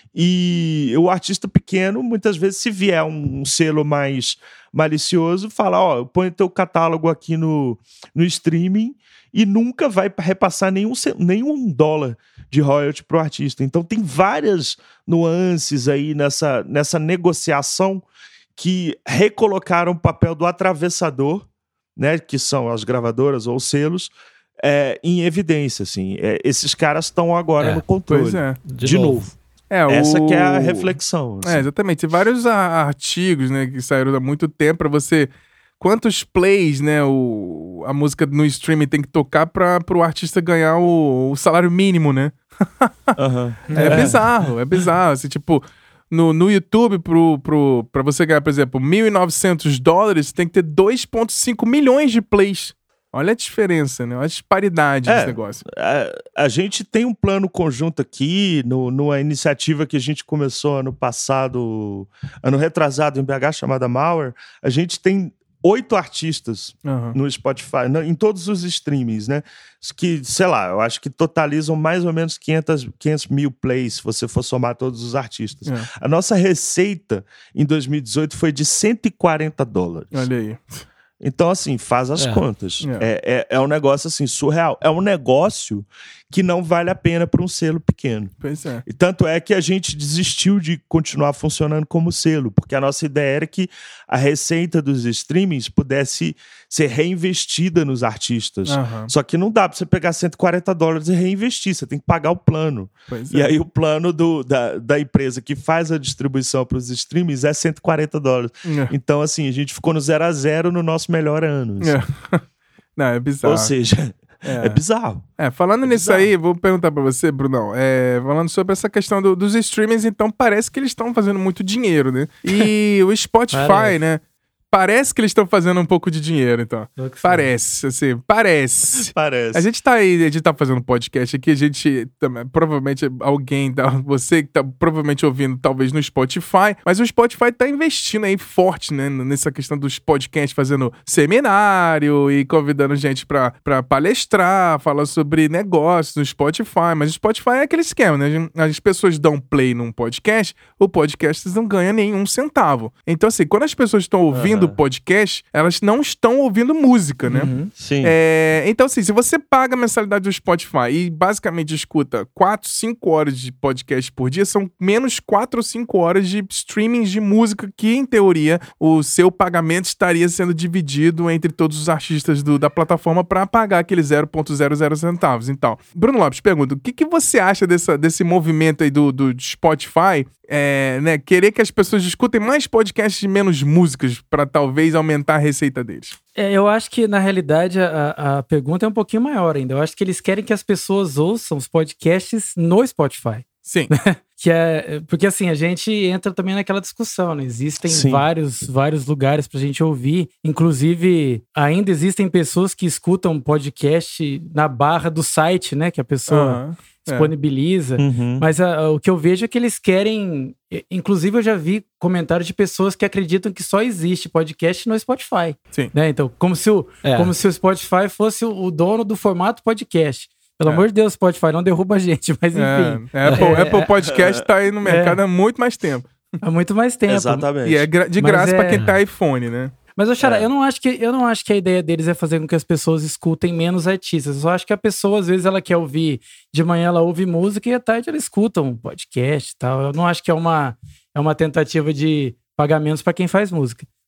E o artista pequeno, muitas vezes, se vier um, um selo mais malicioso, fala, ó, põe teu catálogo aqui no, no streaming e nunca vai repassar nenhum, nenhum dólar de royalty pro artista. Então tem várias nuances aí nessa, nessa negociação que recolocaram o papel do atravessador, né, que são as gravadoras ou os selos, é, em evidência. Assim. É, esses caras estão agora é, no controle. Pois é. De, de novo. novo. É, Essa o... que é a reflexão. Assim. É, exatamente. Tem vários artigos, né, que saíram há muito tempo para você... Quantos plays, né, o... a música no streaming tem que tocar para o artista ganhar o... o salário mínimo, né? Uhum. É, é bizarro, é bizarro. Assim, tipo, no, no YouTube, pro, pro, pra você ganhar, por exemplo, mil e novecentos dólares, tem que ter dois vírgula cinco milhões de plays. Olha a diferença, né? Olha a disparidade é, desse negócio. A, a gente tem um plano conjunto aqui, no, numa iniciativa que a gente começou ano passado, ano retrasado em B H, chamada Mauer. A gente tem oito artistas uhum. no Spotify, no, em todos os streamings, né? Que, sei lá, eu acho que totalizam mais ou menos quinhentos mil plays, se você for somar todos os artistas. É. A nossa receita em dois mil e dezoito foi de cento e quarenta dólares. Olha aí. Então, assim, faz as é. contas. É. É, é, é um negócio, assim, surreal. É um negócio que não vale a pena para um selo pequeno. Pois é. E tanto é que a gente desistiu de continuar funcionando como selo, porque a nossa ideia era que a receita dos streamings pudesse ser reinvestida nos artistas. Uhum. Só que não dá para você pegar cento e quarenta dólares e reinvestir, você tem que pagar o plano. Pois e é. aí o plano do, da, da empresa que faz a distribuição para os streamings é cento e quarenta dólares. É. Então, assim, a gente ficou no zero a zero no nosso melhor ano. Assim. É. Não, é bizarro. Ou seja... É. é bizarro. É, falando é nisso bizarro. aí, vou perguntar pra você, Brunão. É, falando sobre essa questão do, dos streamings, então parece que eles estão fazendo muito dinheiro, né? E o Spotify, né? Parece que eles estão fazendo um pouco de dinheiro, então. Parece, assim, parece. Parece. A gente tá aí, a gente tá fazendo um podcast aqui, a gente, provavelmente, alguém, tá, você que tá provavelmente ouvindo, talvez no Spotify, mas o Spotify tá investindo aí forte, né, nessa questão dos podcasts, fazendo seminário e convidando gente pra, pra palestrar, falar sobre negócios no Spotify, mas o Spotify é aquele esquema, né, as pessoas dão play num podcast, o podcast não ganha nenhum centavo. Então, assim, quando as pessoas estão ouvindo do podcast, elas não estão ouvindo música, né? Uhum, sim. É, então, assim, se você paga a mensalidade do Spotify e basicamente escuta quatro, cinco horas de podcast por dia, são menos quatro ou cinco horas de streamings de música que, em teoria, o seu pagamento estaria sendo dividido entre todos os artistas do, da plataforma para pagar aquele zero vírgula zero zero centavos. Então, Bruno Lopes, pergunta, o que, que você acha dessa, desse movimento aí do, do Spotify, é, né, querer que as pessoas escutem mais podcasts e menos músicas para talvez aumentar a receita deles? É, eu acho que, na realidade, a, a pergunta é um pouquinho maior ainda. Eu acho que eles querem que as pessoas ouçam os podcasts no Spotify. Sim. Que é, porque assim, a gente entra também naquela discussão, né? Existem vários, vários lugares pra gente ouvir. Inclusive, ainda existem pessoas que escutam podcast na barra do site, né? Que a pessoa... Uhum. disponibiliza, é. uhum. mas a, o que eu vejo é que eles querem, inclusive eu já vi comentários de pessoas que acreditam que só existe podcast no Spotify. Sim. Né? Então, como se, o, é. como se o Spotify fosse o, o dono do formato podcast. Pelo é. amor de Deus, Spotify, não derruba a gente, mas enfim. É. Apple, é, Apple Podcast é, tá aí no mercado é. há muito mais tempo. Há muito mais tempo. Exatamente. E é gra- de graça é... pra quem tá iPhone, né? Mas, Xará, é. eu, não acho que, eu não acho que a ideia deles é fazer com que as pessoas escutem menos artistas. Eu só acho que a pessoa, às vezes, ela quer ouvir... De manhã ela ouve música e à tarde ela escuta um podcast e tal. Eu não acho que é uma, é uma tentativa de pagar menos para quem faz música.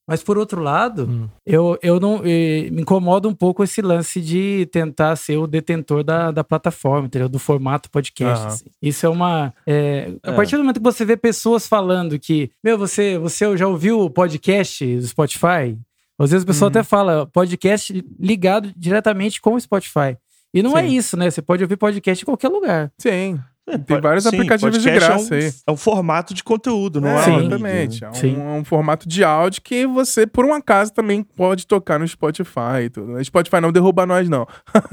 Mas por outro lado, hum. eu, eu não eu, me incomoda um pouco esse lance de tentar ser o detentor da, da plataforma, entendeu? Do formato podcast. Uhum. Assim. Isso é uma... É, a é. partir do momento que você vê pessoas falando que, meu, você, você já ouviu o podcast do Spotify? Às vezes a pessoa uhum. até fala podcast ligado diretamente com o Spotify. E não Sim. é isso, né? Você pode ouvir podcast em qualquer lugar. Sim. É, tem vários Sim, aplicativos de graça é um, aí. É um formato de conteúdo, não é? Sim, exatamente. É um, é um formato de áudio que você, por um acaso, também pode tocar no Spotify e tudo. Spotify não derruba nós, não.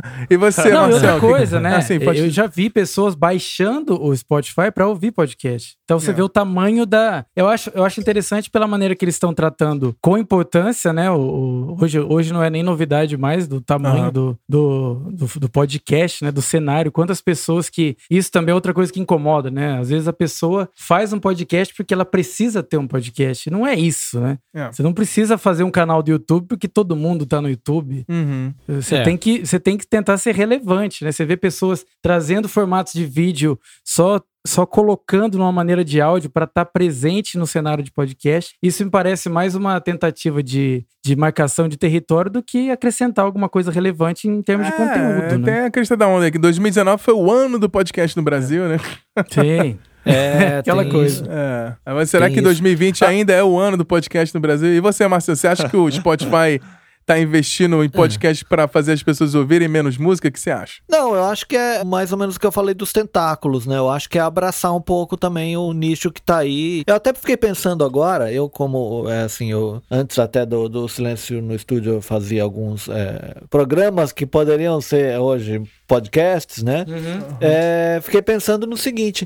E você, não, Marcelo? Outra coisa, que... né? Assim, pode... Eu já vi pessoas baixando o Spotify pra ouvir podcast. Então você é. vê o tamanho da... Eu acho, eu acho interessante pela maneira que eles estão tratando com importância, né? O, o, hoje, hoje não é nem novidade mais do tamanho uhum. do, do, do, do podcast, né? Do cenário. Quantas pessoas que... Isso também é outra coisa que incomoda, né? Às vezes a pessoa faz um podcast porque ela precisa ter um podcast. Não é isso, né? É. Você não precisa fazer um canal do YouTube porque todo mundo tá no YouTube. Uhum. Você, é. tem que, você tem que tentar ser relevante, né? Você vê pessoas trazendo formatos de vídeo só só colocando numa maneira de áudio para estar tá presente no cenário de podcast. Isso me parece mais uma tentativa de, de marcação de território do que acrescentar alguma coisa relevante em termos é, de conteúdo. Tem né? a crista da onda aí, que dois mil e dezenove foi o ano do podcast no Brasil, né? Sim. É, aquela coisa. É. Mas será tem que isso. dois mil e vinte ah. ainda é o ano do podcast no Brasil? E você, Marcelo, você acha que o Spotify... tá investindo em podcast é. pra fazer as pessoas ouvirem menos música? O que você acha? Não, eu acho que é mais ou menos o que eu falei dos tentáculos, né? Eu acho que é abraçar um pouco também o nicho que tá aí. Eu até fiquei pensando agora, eu como, é, assim, eu antes até do, do Silêncio no Estúdio eu fazia alguns é, programas que poderiam ser hoje podcasts, né? Uhum. É, fiquei pensando no seguinte,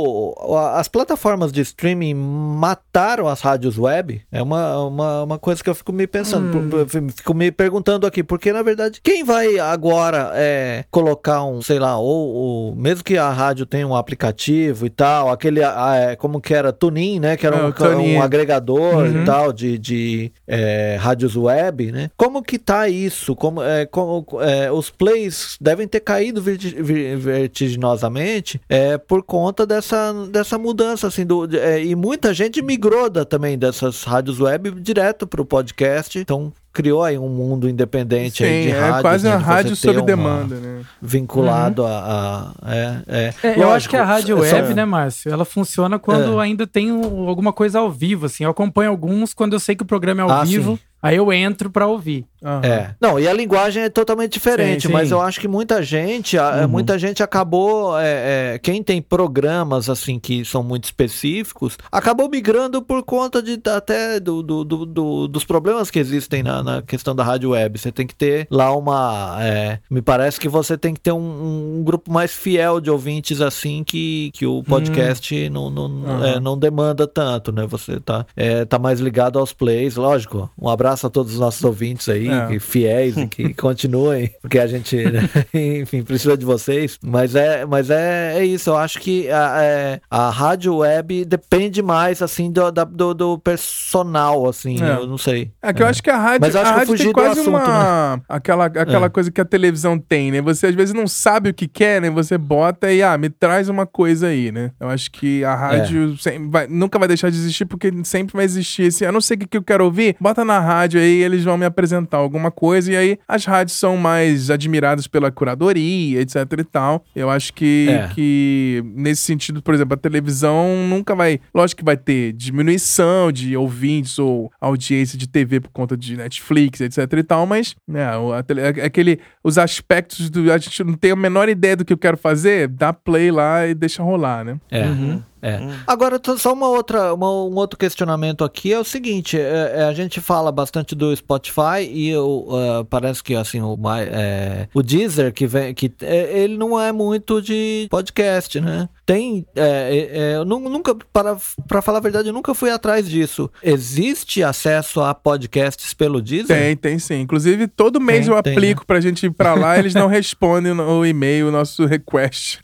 o, as plataformas de streaming mataram as rádios web? É uma, uma, uma coisa que eu fico me pensando, hum. fico me perguntando aqui, porque na verdade, quem vai agora é, colocar um, sei lá, ou, ou mesmo que a rádio tenha um aplicativo e tal, aquele, é, como que era, Tunin, né? Que era um, um agregador uhum. e tal, de, de é, rádios web, né? Como que tá isso? Como, é, como é, os plays devem ter caído vertiginosamente é, por conta dessa, dessa mudança, assim, do, é, e muita gente migrou da, também dessas rádios web direto pro podcast, então criou aí um mundo independente. Sim, aí de é rádios, quase né, uma rádio sob demanda, né? Vinculado uhum. a... a é, é. É, eu Lógico, acho que a rádio web, só... né, Márcio, ela funciona quando é. ainda tem um, alguma coisa ao vivo, assim. Eu acompanho alguns quando eu sei que o programa é ao ah, vivo, sim. aí eu entro pra ouvir. Uhum. É. Não, e a linguagem é totalmente diferente, sim, sim. mas eu acho que muita gente, uhum. muita gente acabou, é, é, quem tem programas, assim, que são muito específicos, acabou migrando por conta de até do, do, do, do, dos problemas que existem na, na questão da rádio web. Você tem que ter lá uma... É, me parece que você tem que ter um, um grupo mais fiel de ouvintes, assim, que, que o podcast hum. não, não, uhum. é, não demanda tanto, né? Você tá, é, tá mais ligado aos plays, lógico. Um abraço a todos os nossos ouvintes aí, é. que, fiéis e que continuem, porque a gente, enfim, precisa de vocês. Mas é, mas é, é isso. Eu acho que a, é, a rádio web depende mais, assim, do, do, do personal, assim, é. eu não sei. É que eu acho que a rádio, mas eu acho a que rádio tem quase assunto, uma... Né? Aquela, aquela é. coisa que a televisão tem, né? Você às vezes não sabe o que quer, né? Você bota e, ah, me traz uma coisa aí, né? Eu acho que a rádio é. sempre vai, nunca vai deixar de existir, porque sempre vai existir esse, eu não sei o que eu quero ouvir, bota na rádio aí, eles vão me apresentar alguma coisa, e aí as rádios são mais admiradas pela curadoria, etc e tal. Eu acho que, é. que nesse sentido, por exemplo, a televisão nunca vai... Lógico que vai ter diminuição de ouvintes ou audiência de T V por conta de Netflix, etc e tal, mas né, a tele, aquele, os aspectos do... A gente não tem a menor ideia do que eu quero fazer, dá play lá e deixa rolar, né? É. Uhum. É. Hum. Agora, só uma outra, uma, um outro questionamento aqui é o seguinte, é, é, a gente fala bastante do Spotify e eu, uh, parece que assim, o, é, o Deezer, que vem, que, é, ele não é muito de podcast, né? Tem, é, é, eu nunca, para, para falar a verdade, eu nunca fui atrás disso. Existe acesso a podcasts pelo Deezer? Tem, tem sim. Inclusive, todo mês tem, eu tem, aplico né? pra gente ir pra lá, eles não respondem o e-mail, o nosso request.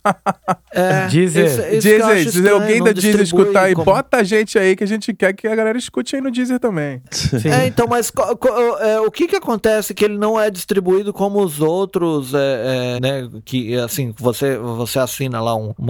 É, Deezer, isso, isso Deezer, se alguém da Deezer escutar aí, como... bota a gente aí que a gente quer que a galera escute aí no Deezer também. Sim. É, então, mas co, co, é, o que que acontece que ele não é distribuído como os outros, é, é, né, que assim, você, você assina lá um, uma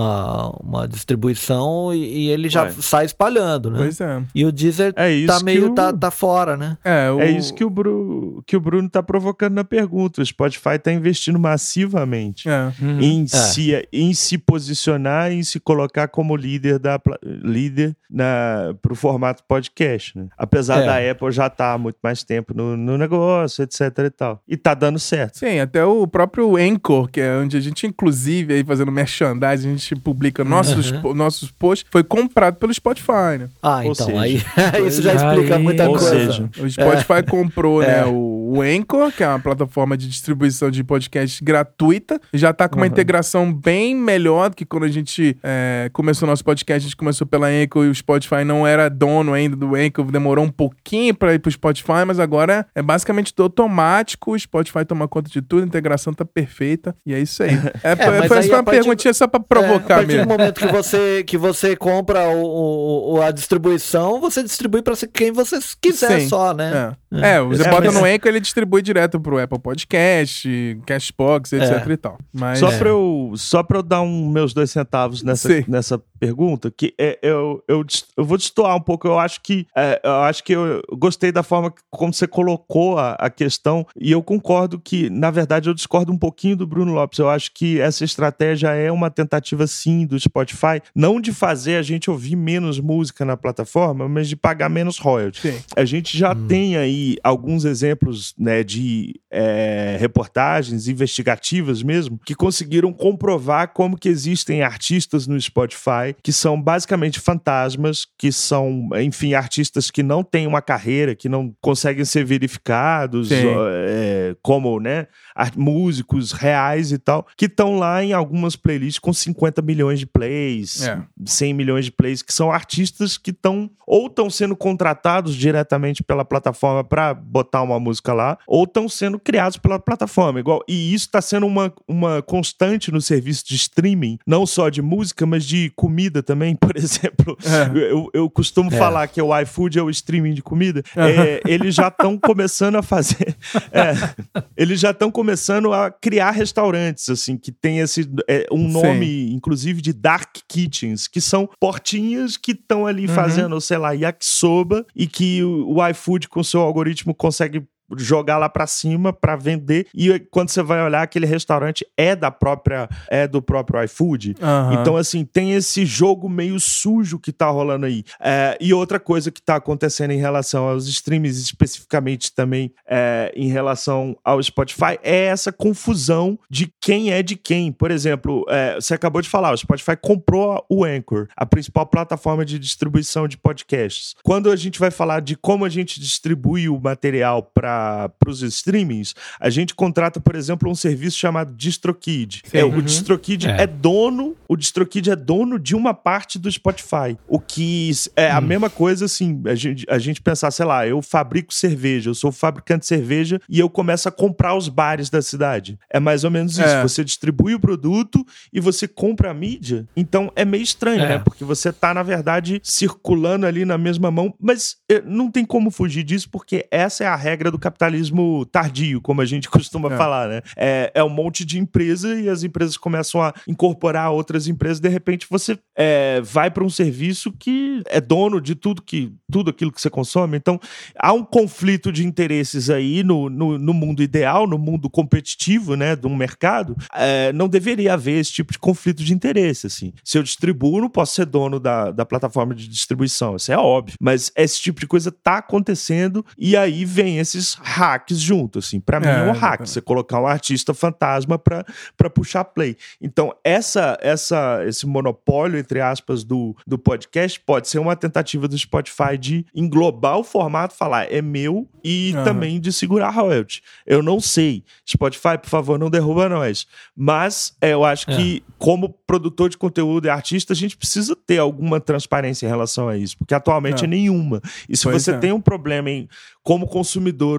uma, uma distribuição e, e ele já Ué. sai espalhando, né? Pois é. E o Deezer É isso tá meio, o... tá, tá fora, né? É, o... é isso que o, Bru... que o Bruno tá provocando na pergunta. O Spotify tá investindo massivamente É. Uhum. em, É. se, em se posicionar, em se colocar como líder, da, líder na, pro formato podcast, né? Apesar É. da Apple já tá há muito mais tempo no, no negócio, etc e tal. E tá dando certo. Sim, até o próprio Anchor, que é onde a gente, inclusive, aí fazendo merchandising, a gente publica nossos, Uhum. nossos posts, foi comprado pelo Spotify, né? Ah, Ou então, seja, aí isso já aí- explica muita Ou coisa. seja, O Spotify comprou, É. né, o, o Anchor, que é uma plataforma de distribuição de podcast gratuita. Já tá com uma Uhum. integração bem melhor do que quando a gente é, começou o nosso podcast. A gente começou pela Anchor e o Spotify não era dono ainda do Anchor. Demorou um pouquinho pra ir pro Spotify, mas agora é basicamente automático. O Spotify toma conta de tudo, a integração tá perfeita. E é isso aí. É, foi mas foi aí uma a partir- perguntinha só pra É, a provocar partir mesmo. do momento que você, que você compra o, o- a distribuição, você distribui para quem você quiser Sim. só, né? É, é você É, bota mas- no Anchor, ele distribui direto pro Apple Podcast, Cashbox, etc É. e tal. Mas Só pra eu, só pra eu dar um, meus dois centavos nessa, Sim. nessa pergunta, que é, eu, eu, dis- eu vou destoar um pouco. Eu acho que é, eu acho que eu gostei da forma que- como você colocou a, a questão, e eu concordo que, na verdade, eu discordo um pouquinho do Bruno Lopes. Eu acho que essa estratégia é uma tentativa, sim, do Spotify, não de fazer a gente ouvir menos música na plataforma, mas de pagar menos royalties. Sim. A gente já tem aí alguns exemplos, né, de é, reportagens investigativas mesmo, que conseguiram comprovar como que existem artistas no Spotify que são basicamente fantasmas, que são, enfim, artistas que não têm uma carreira, que não conseguem ser verificados Sim. ó, é, como, né, ar- músicos reais e tal, que estão lá em algumas playlists com cinquenta milhões de plays, É. cem milhões de plays, que são artistas que estão ou estão sendo contratados diretamente pela plataforma para botar uma música lá, ou estão sendo criados pela plataforma. Igual, e isso está sendo uma, uma constante no serviço de streaming, não só de música, mas de comida também, por exemplo. É. Eu, eu costumo É. falar que o iFood é o streaming de comida. Aham. É, eles já estão começando a fazer... é, eles já estão começando a criar restaurantes, assim, que tem esse é, um Sim. nome, inclusive, de dark kitchens, que são portinhas que estão ali Uhum. fazendo, sei lá, yakisoba, e que o, o iFood, com seu algoritmo, consegue jogar lá pra cima pra vender, e quando você vai olhar, aquele restaurante é da própria é do próprio iFood. Aham. Então, assim, tem esse jogo meio sujo que tá rolando aí. É, e outra coisa que tá acontecendo em relação aos streams, especificamente também é, em relação ao Spotify, é essa confusão de quem é de quem. Por exemplo, é, você acabou de falar, o Spotify comprou o Anchor, a principal plataforma de distribuição de podcasts. Quando a gente vai falar de como a gente distribui o material para os streamings, a gente contrata, por exemplo, um serviço chamado DistroKid. Sim. É, Uhum. o DistroKid É. é dono, o DistroKid é dono de uma parte do Spotify. O que é a mesma coisa, assim, a gente, a gente pensar, sei lá, eu fabrico cerveja, eu sou fabricante de cerveja e eu começo a comprar os bares da cidade. É mais ou menos isso. É. Você distribui o produto e você compra a mídia. Então é meio estranho, É. né? Porque você tá, na verdade, circulando ali na mesma mão, mas eh, não tem como fugir disso, porque essa é a regra do capitalismo tardio, como a gente costuma É. falar, né? É, é um monte de empresa e as empresas começam a incorporar outras empresas, de repente você é, vai para um serviço que é dono de tudo, que, tudo aquilo que você consome. Então, há um conflito de interesses aí no, no, no mundo ideal, no mundo competitivo, né, de um mercado. É, não deveria haver esse tipo de conflito de interesse, assim. Se eu distribuo, eu não posso ser dono da, da plataforma de distribuição, isso é óbvio. Mas esse tipo de coisa tá acontecendo e aí vem esses hacks junto, assim. Pra mim É, é um hack, exatamente. você colocar um artista fantasma pra, pra puxar play. Então, essa, essa, esse monopólio, entre aspas, do, do podcast pode ser uma tentativa do Spotify de englobar o formato, falar é meu e Aham. também de segurar royalty. Eu não sei. Spotify, por favor, não derruba nós. Mas é, eu acho É. que, como produtor de conteúdo e artista, a gente precisa ter alguma transparência em relação a isso, porque atualmente É. é nenhuma. E se Pois você é. tem um problema em, como consumidor,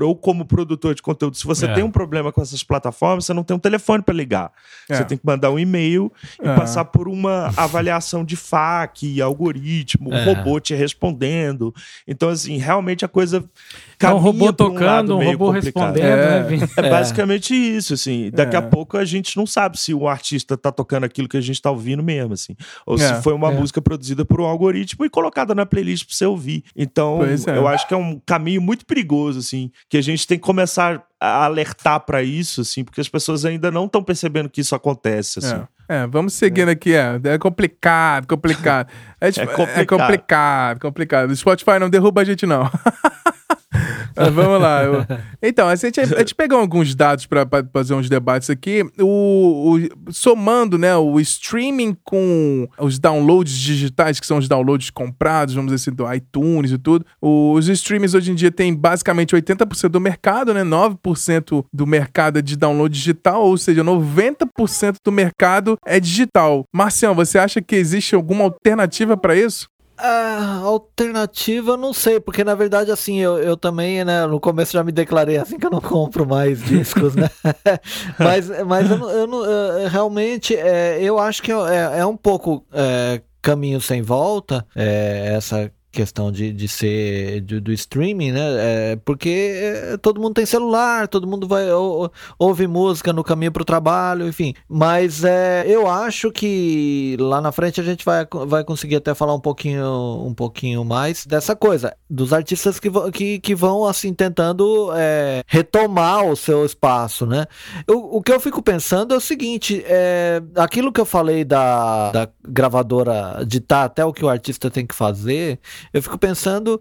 ou como produtor de conteúdo, se você é. tem um problema com essas plataformas, você não tem um telefone para ligar. É. Você tem que mandar um e-mail e é. passar por uma avaliação de F A Q, algoritmo, um é. robô te respondendo. Então, assim, realmente a coisa caminha um robô tocando, um, um robô complicado. respondendo. É, né, é basicamente isso, assim. Daqui é. a pouco a gente não sabe se o artista tá tocando aquilo que a gente tá ouvindo mesmo, assim. Ou é. se foi uma é. música produzida por um algoritmo e colocada na playlist pra você ouvir. Então, é. eu acho que é um caminho muito perigoso, assim, que a gente tem que começar a alertar pra isso, assim, porque as pessoas ainda não estão percebendo que isso acontece, assim. É. É, vamos seguindo é. aqui, é, é complicado, complicado. É, tipo, é complicado. É complicado, complicado. O Spotify não derruba a gente, não. Mas vamos lá. Eu... Então, a gente, a gente pegou alguns dados para fazer uns debates aqui. O, o, somando, né, o streaming com os downloads digitais, que são os downloads comprados, vamos dizer assim, do iTunes e tudo. Os streamings hoje em dia têm basicamente oitenta por cento do mercado, né? nove por cento do mercado é de download digital, ou seja, noventa por cento do mercado é digital. Marcião, você acha que existe alguma alternativa para isso? A alternativa eu não sei, porque na verdade assim, eu, eu também, né, no começo já me declarei assim que eu não compro mais discos, né, mas, mas eu, eu, não, eu realmente, é, eu acho que é, é um pouco é, caminho sem volta, é, essa questão de, de ser de, do streaming, né? É, porque é, todo mundo tem celular, todo mundo vai ou, ouve música no caminho para o trabalho, enfim. Mas é, eu acho que lá na frente a gente vai, vai conseguir até falar um pouquinho, um pouquinho mais dessa coisa, dos artistas que, que, que vão assim tentando é, retomar o seu espaço, né? Eu, o que eu fico pensando é o seguinte, é, aquilo que eu falei da, da gravadora ditar até o que o artista tem que fazer. Eu fico pensando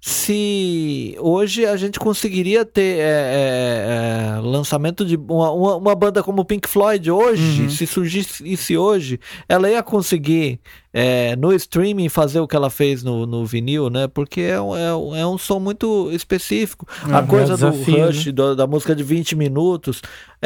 se hoje a gente conseguiria ter é, é, é, lançamento de uma, uma, uma banda como Pink Floyd hoje, uhum. se surgisse hoje, ela ia conseguir é, no streaming fazer o que ela fez no, no vinil, né? Porque é, é, é um som muito específico. Uhum. A coisa é desafio, do Rush, né? do, da música de vinte minutos,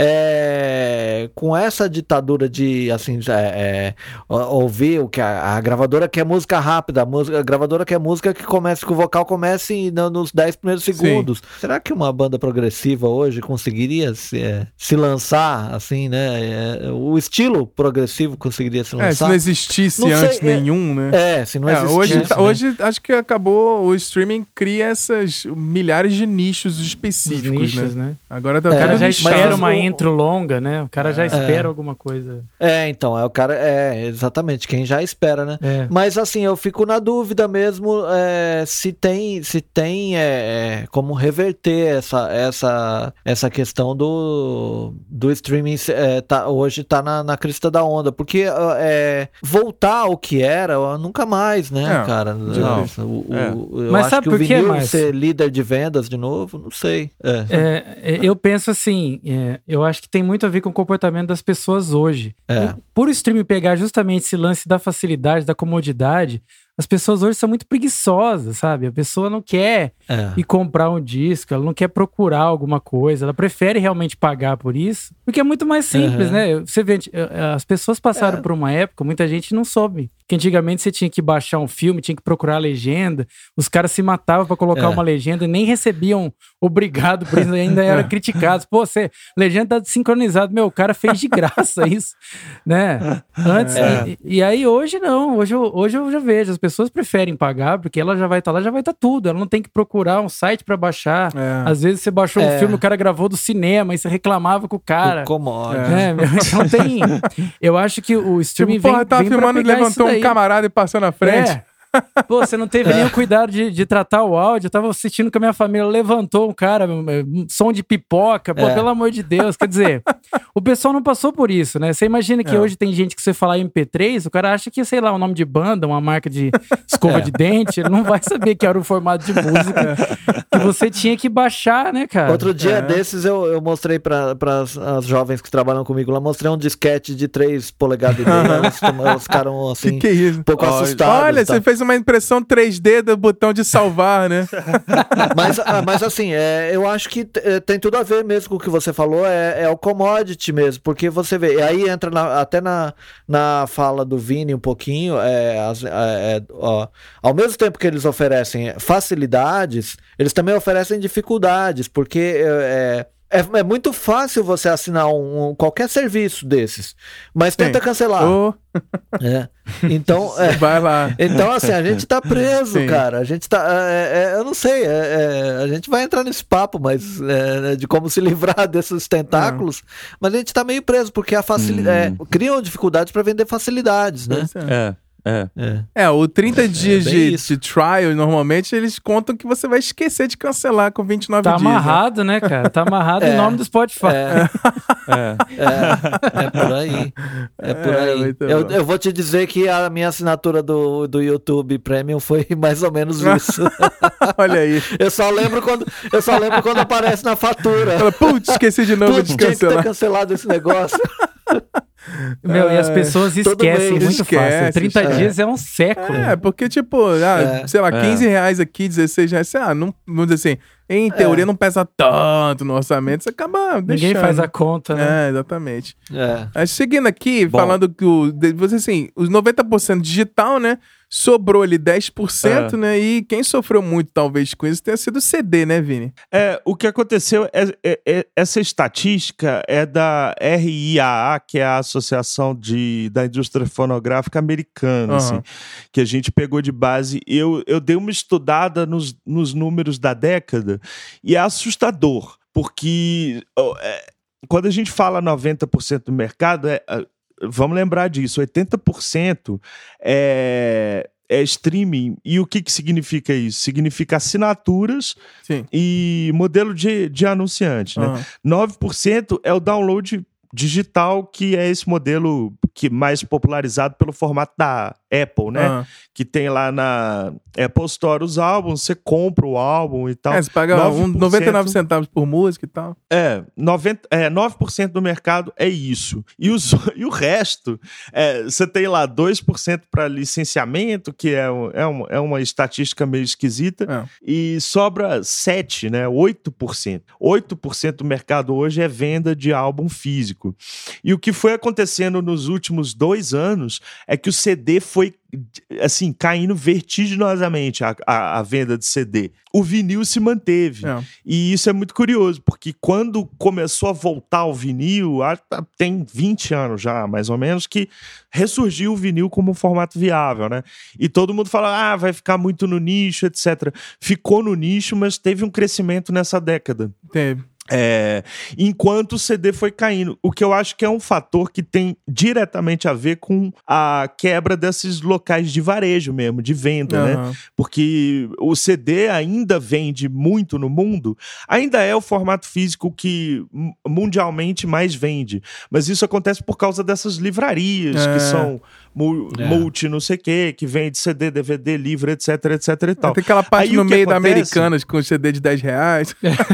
é, com essa ditadura de assim, é, é, ouvir o que a, a gravadora quer música rápida, a, música, a gravadora quer música que comece, que o vocal comece no, nos dez primeiros segundos. Sim. Será que uma banda progressiva hoje conseguiria se, é, se lançar assim, né? É, o estilo progressivo conseguiria se lançar? É, se não existisse não antes sei, nenhum, é, né? É, se não existisse. É, hoje, né? hoje acho que acabou, o streaming cria essas milhares de nichos específicos, nichos, né? né? Agora tá o cara já espera uma o... intro longa, né? O cara já espera é. alguma coisa. É, então, é o cara, é, exatamente, quem já espera, né? É. Mas assim, eu fico na dúvida mesmo é, se tem se tem é, como reverter essa, essa, essa questão do, do streaming é, tá, hoje tá na, na crista da onda, porque é, voltar ao que era, nunca mais, né, é, cara? Não. O, é. o, eu Mas acho sabe que por o vinil quê, ser líder de vendas de novo, não sei. É. É, eu penso assim, é, eu acho que tem muito a ver com o comportamento das pessoas hoje. É. Por o streaming pegar justamente esse lance da facilidade, da comodidade, as pessoas hoje são muito preguiçosas, sabe? A pessoa não quer é. ir comprar um disco, ela não quer procurar alguma coisa, ela prefere realmente pagar por isso, porque é muito mais simples, uhum. né? Você vê, as pessoas passaram é. por uma época, muita gente não soube, que antigamente você tinha que baixar um filme, tinha que procurar a legenda, os caras se matavam pra colocar é. uma legenda e nem recebiam obrigado por isso, ainda eram criticados. Pô, você, legenda tá desincronizado, meu, o cara fez de graça isso, né? Antes, é. e, e aí hoje não, hoje eu, hoje eu já vejo, as pessoas preferem pagar, porque ela já vai estar tá lá, já vai estar tá tudo, ela não tem que procurar um site pra baixar. É. Às vezes você baixou é. um filme, o cara gravou do cinema e você reclamava com o cara. Incomode. É, então tem... Eu acho que o streaming tipo, vem, porra, tava vem filmando e levantou um camarada e passou na frente. É. Pô, você não teve é. nenhum cuidado de, de tratar o áudio. Eu tava assistindo com a minha família, levantou um cara, um som de pipoca. Pô, é. pelo amor de Deus. Quer dizer, o pessoal não passou por isso, né? Você imagina que é. hoje tem gente que você falar M P três, o cara acha que, sei lá, um nome de banda, uma marca de escova é. de dente, ele não vai saber que era o formato de música que você tinha que baixar, né, cara? Outro dia é. desses eu, eu mostrei para as jovens que trabalham comigo lá, mostrei um disquete de três polegadas e meia. Elas ficaram assim, que que é isso? um pouco olha, assustadas. Olha, tá? você fez faz uma impressão três D do botão de salvar, né? mas, mas assim, é, eu acho que é, tem tudo a ver mesmo com o que você falou, é, é o commodity mesmo, porque você vê, e aí entra na, até na, na fala do Vini um pouquinho, é, as, é, ó, ao mesmo tempo que eles oferecem facilidades, eles também oferecem dificuldades, porque é, É, é muito fácil você assinar um, um, qualquer serviço desses, mas tenta Sim. cancelar. Oh. É. Então, é, vai lá. Então, assim, a gente tá preso, Sim. cara. A gente tá. É, é, eu não sei, é, é, a gente vai entrar nesse papo, mas é, de como se livrar desses tentáculos, ah. mas a gente tá meio preso, porque a facilidade. Hum. criam dificuldades para vender facilidades, né? É. É. É. é, o trinta dias é de, de trial, normalmente, eles contam que você vai esquecer de cancelar com vinte e nove tá dias. Tá amarrado, né? né, cara? Tá amarrado é. em nome do Spotify. É, é. é. é por aí. É por aí. É, eu, eu vou te dizer que a minha assinatura do, do YouTube Premium foi mais ou menos isso. Olha aí. Eu só lembro quando, eu só lembro quando aparece na fatura. Putz, esqueci de novo Putz, de cancelar. Tinha que ter cancelado esse negócio. Meu, é, e as pessoas esquecem muito esquece, fácil. trinta é. dias é um século. É, porque, tipo, ah, é. sei lá, quinze reais aqui, dezesseis reais, sei lá, não, vamos dizer assim, em teoria é. não pesa tanto no orçamento, você acaba deixando. Ninguém faz a conta, né? É, exatamente. É. Mas seguindo aqui, Bom. falando que o, você, assim, os noventa por cento digital, né? Sobrou ali dez por cento, é. né? E quem sofreu muito, talvez, com isso, tenha sido o C D, né, Vini? É, o que aconteceu, é, é, é essa estatística é da R I A A, que é a Associação de, da Indústria Fonográfica Americana, uhum. assim, que a gente pegou de base. Eu, eu dei uma estudada nos, nos números da década e é assustador, porque é, quando a gente fala noventa por cento do mercado, é... vamos lembrar disso, oitenta por cento é, é streaming. E o que, que significa isso? Significa assinaturas Sim. e modelo de, de anunciante. Uhum. Né? nove por cento é o download digital, que é esse modelo que mais popularizado pelo formato da Apple, né? Uhum. Que tem lá na Apple Store os álbuns, você compra o álbum e tal. É, você paga um, noventa e nove centavos por música e tal. É, noventa, é, nove por cento do mercado é isso. E, os, e o resto, é, você tem lá dois por cento para licenciamento, que é, é, uma, é uma estatística meio esquisita, é. e sobra sete por cento, né? oito por cento. oito por cento do mercado hoje é venda de álbum físico. E o que foi acontecendo nos últimos dois anos é que o C D foi, assim, caindo vertiginosamente, a, a, a venda de C D. O vinil se manteve. É. E isso é muito curioso, porque quando começou a voltar o vinil, tem vinte anos já, mais ou menos, que ressurgiu o vinil como um formato viável, né? E todo mundo fala, ah, vai ficar muito no nicho, etcétera. Ficou no nicho, mas teve um crescimento nessa década. Teve. É, enquanto o C D foi caindo, o que eu acho que é um fator que tem diretamente a ver com a quebra desses locais de varejo mesmo, de venda, uhum. né? Porque o C D ainda vende muito no mundo, ainda é o formato físico que mundialmente mais vende, mas isso acontece por causa dessas livrarias é. que são é. multi não sei o que, que vende C D, D V D, livro, etc, etc e tal. Tem aquela parte Aí, no meio acontece... da Americanas com C D de dez reais.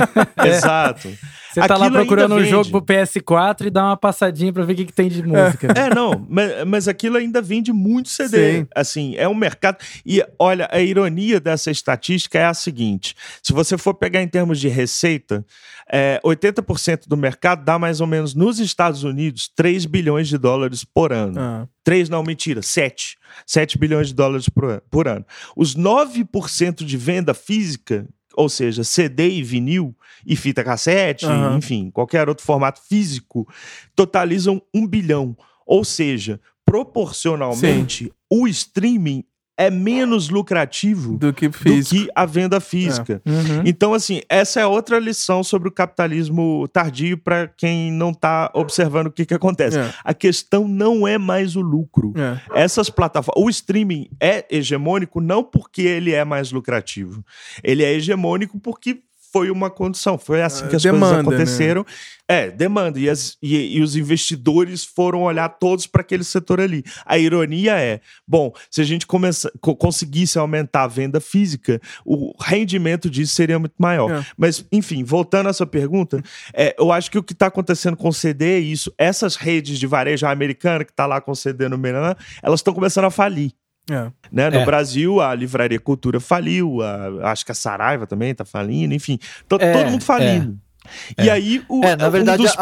Exato. Você tá Aquilo lá procurando um jogo pro P S quatro e dá uma passadinha pra ver o que, que tem de música. É, é não, mas, mas aquilo ainda vende muito C D. Sim. Assim, é um mercado... E, olha, a ironia dessa estatística é a seguinte. Se você for pegar em termos de receita, é, oitenta por cento do mercado dá mais ou menos, nos Estados Unidos, três bilhões de dólares por ano. Ah. três, não, mentira, sete. sete bilhões de dólares por, por ano. Os nove por cento de venda física, ou seja, C D e vinil e fita cassete, uhum. enfim, qualquer outro formato físico, totalizam um bilhão. Ou seja, proporcionalmente, Sim. o streaming é menos lucrativo do que, do que a venda física. É. Uhum. Então, assim, essa é outra lição sobre o capitalismo tardio para quem não está observando o que, que acontece. É. A questão não é mais o lucro. É. Essas plataformas... O streaming é hegemônico não porque ele é mais lucrativo. Ele é hegemônico porque foi uma condição. Foi assim que as demanda, coisas aconteceram. Né? É, demanda. E, as, e, e os investidores foram olhar todos para aquele setor ali. A ironia é, bom, se a gente começa, co- conseguisse aumentar a venda física, o rendimento disso seria muito maior. É. Mas, enfim, voltando à sua pergunta, é, eu acho que o que está acontecendo com o C D é isso. Essas redes de varejo americana que está lá com o C D no meio, elas estão começando a falir. É. Né? No É. Brasil, a Livraria Cultura faliu, a, acho que a Saraiva também tá falindo, enfim. Tô, É, todo mundo falindo. é. E aí, o, É, na um verdade, dos...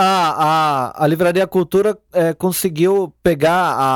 a, a, a Livraria Cultura é, conseguiu pegar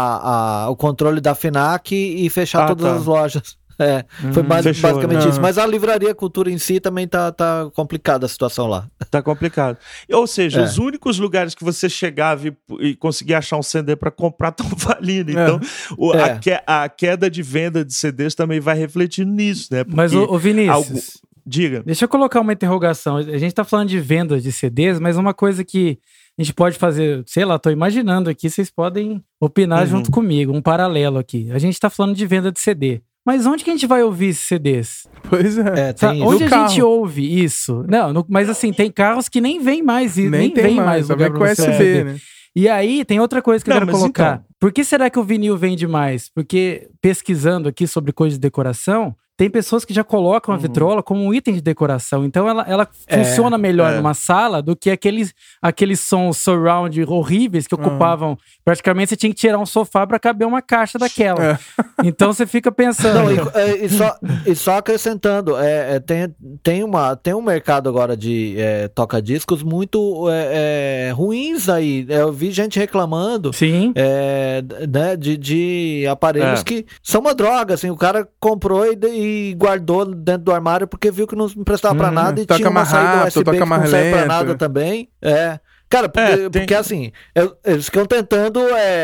a, a, o controle da FINAC e fechar Ah, todas tá. as lojas. É, Hum, foi basi- fechou, basicamente né? isso. Mas a Livraria Cultura em si também tá, tá complicada a situação lá. Tá complicado. Ou seja, É. os únicos lugares que você chegava e, e conseguia achar um C D para comprar estão falindo. Então, o- É. a, que- a queda de venda de C Ds também vai refletir nisso, né? Mas, Porque ô, ô Vinícius, algo- Diga. deixa eu colocar uma interrogação. A gente tá falando de vendas de C Ds, mas uma coisa que a gente pode fazer, sei lá, tô imaginando aqui, vocês podem opinar Uhum. junto comigo, um paralelo aqui. A gente tá falando de venda de C D. Mas onde que a gente vai ouvir esses C Ds? Pois é. É, Sabe, tem isso. onde No a gente carro. ouve isso? Não, no- mas assim, tem carros que nem vem mais isso, nem, Nem tem vem mais, mais só lugar vem pra com você U S B, ouvir. né? E aí, tem outra coisa que Não, eu quero mas colocar. então. Por que será que o vinil vende mais? Porque pesquisando aqui sobre coisas de decoração, tem pessoas que já colocam a vitrola como um item de decoração. Então ela, ela É, funciona melhor é. numa sala do que aqueles, aqueles sons surround horríveis que ocupavam. Praticamente você tinha que tirar um sofá para caber uma caixa daquela. É. Então você fica pensando. Não, e, é, e só, e só acrescentando, é, é, tem, tem, uma, tem um mercado agora de é, toca-discos muito é, é, ruins aí. Eu vi gente reclamando Sim. é, né, de, de aparelhos É. que são uma droga, assim, o cara comprou e, e guardou dentro do armário porque viu que não prestava pra Uhum. nada e Toca tinha uma mais saída rápido, U S B toca que não mais serve pra lento. nada também. É. Cara, porque, É, tem- porque assim, eu- eles ficam tentando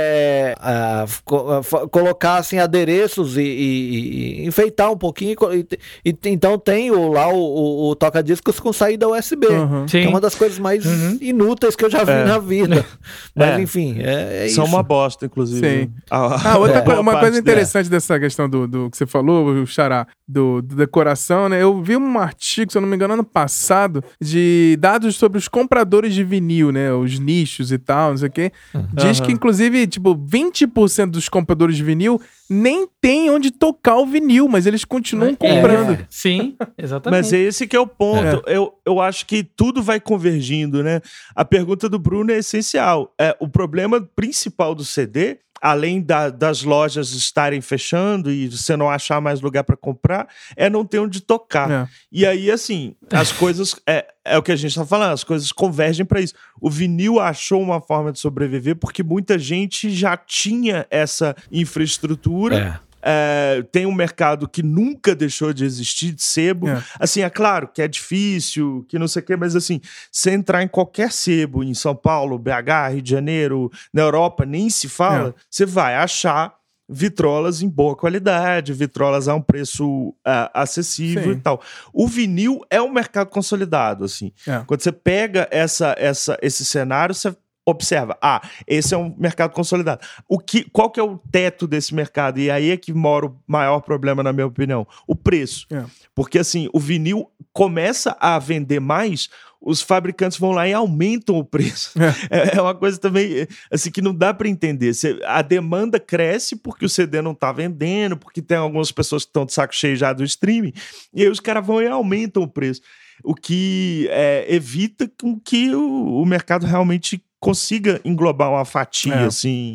é, ah, co- ah, fa- colocar assim, adereços e, e- e enfeitar um pouquinho. e co- E, e- então tem o, lá o, o- o toca-discos com saída U S B. Uhum. Que é Sim. uma das coisas mais Uhum. inúteis que eu já vi É. na vida. Mas É. enfim, é, é São isso. uma bosta, inclusive. Sim. A- Ah, outra É. coi- uma boa coisa parte interessante dessa questão do, do que você falou, o Xará, do, do decoração, né? Eu vi um artigo, se eu não me engano, ano passado, de dados sobre os compradores de vinil, né? Os nichos e tal, não sei o quê. Diz Aham. que, inclusive, tipo, vinte por cento dos compradores de vinil nem tem onde tocar o vinil, mas eles continuam comprando. É. Sim, exatamente. Mas é esse que é o ponto. Eu, eu acho que tudo vai convergindo, né? A pergunta do Bruno é essencial. É, o problema principal do C D, além da- das lojas estarem fechando e você não achar mais lugar para comprar, é não ter onde tocar. É. E aí, assim, as coisas... É, é o que a gente tá falando, as coisas convergem para isso. O vinil achou uma forma de sobreviver porque muita gente já tinha essa infraestrutura. É. É, tem um mercado que nunca deixou de existir, de sebo. É. Assim, é claro que é difícil, que não sei o quê, mas assim, você entrar em qualquer sebo, em São Paulo, B H, Rio de Janeiro, na Europa, nem se fala, É. você vai achar vitrolas em boa qualidade, vitrolas a um preço ah, acessível Sim. e tal. O vinil é um mercado consolidado, assim. É. Quando você pega essa, essa, esse cenário, você observa, ah, esse é um mercado consolidado. O que, qual que é o teto desse mercado? E aí é que mora o maior problema, na minha opinião. O preço. É. Porque, assim, o vinil começa a vender mais, os fabricantes vão lá e aumentam o preço. É, é uma coisa também, assim, que não dá para entender. Você- a demanda cresce porque o C D não tá vendendo, porque tem algumas pessoas que estão de saco cheio já do streaming, e aí os caras vão e aumentam o preço. O que é, evita com que o, o mercado realmente consiga englobar uma fatia, É. assim,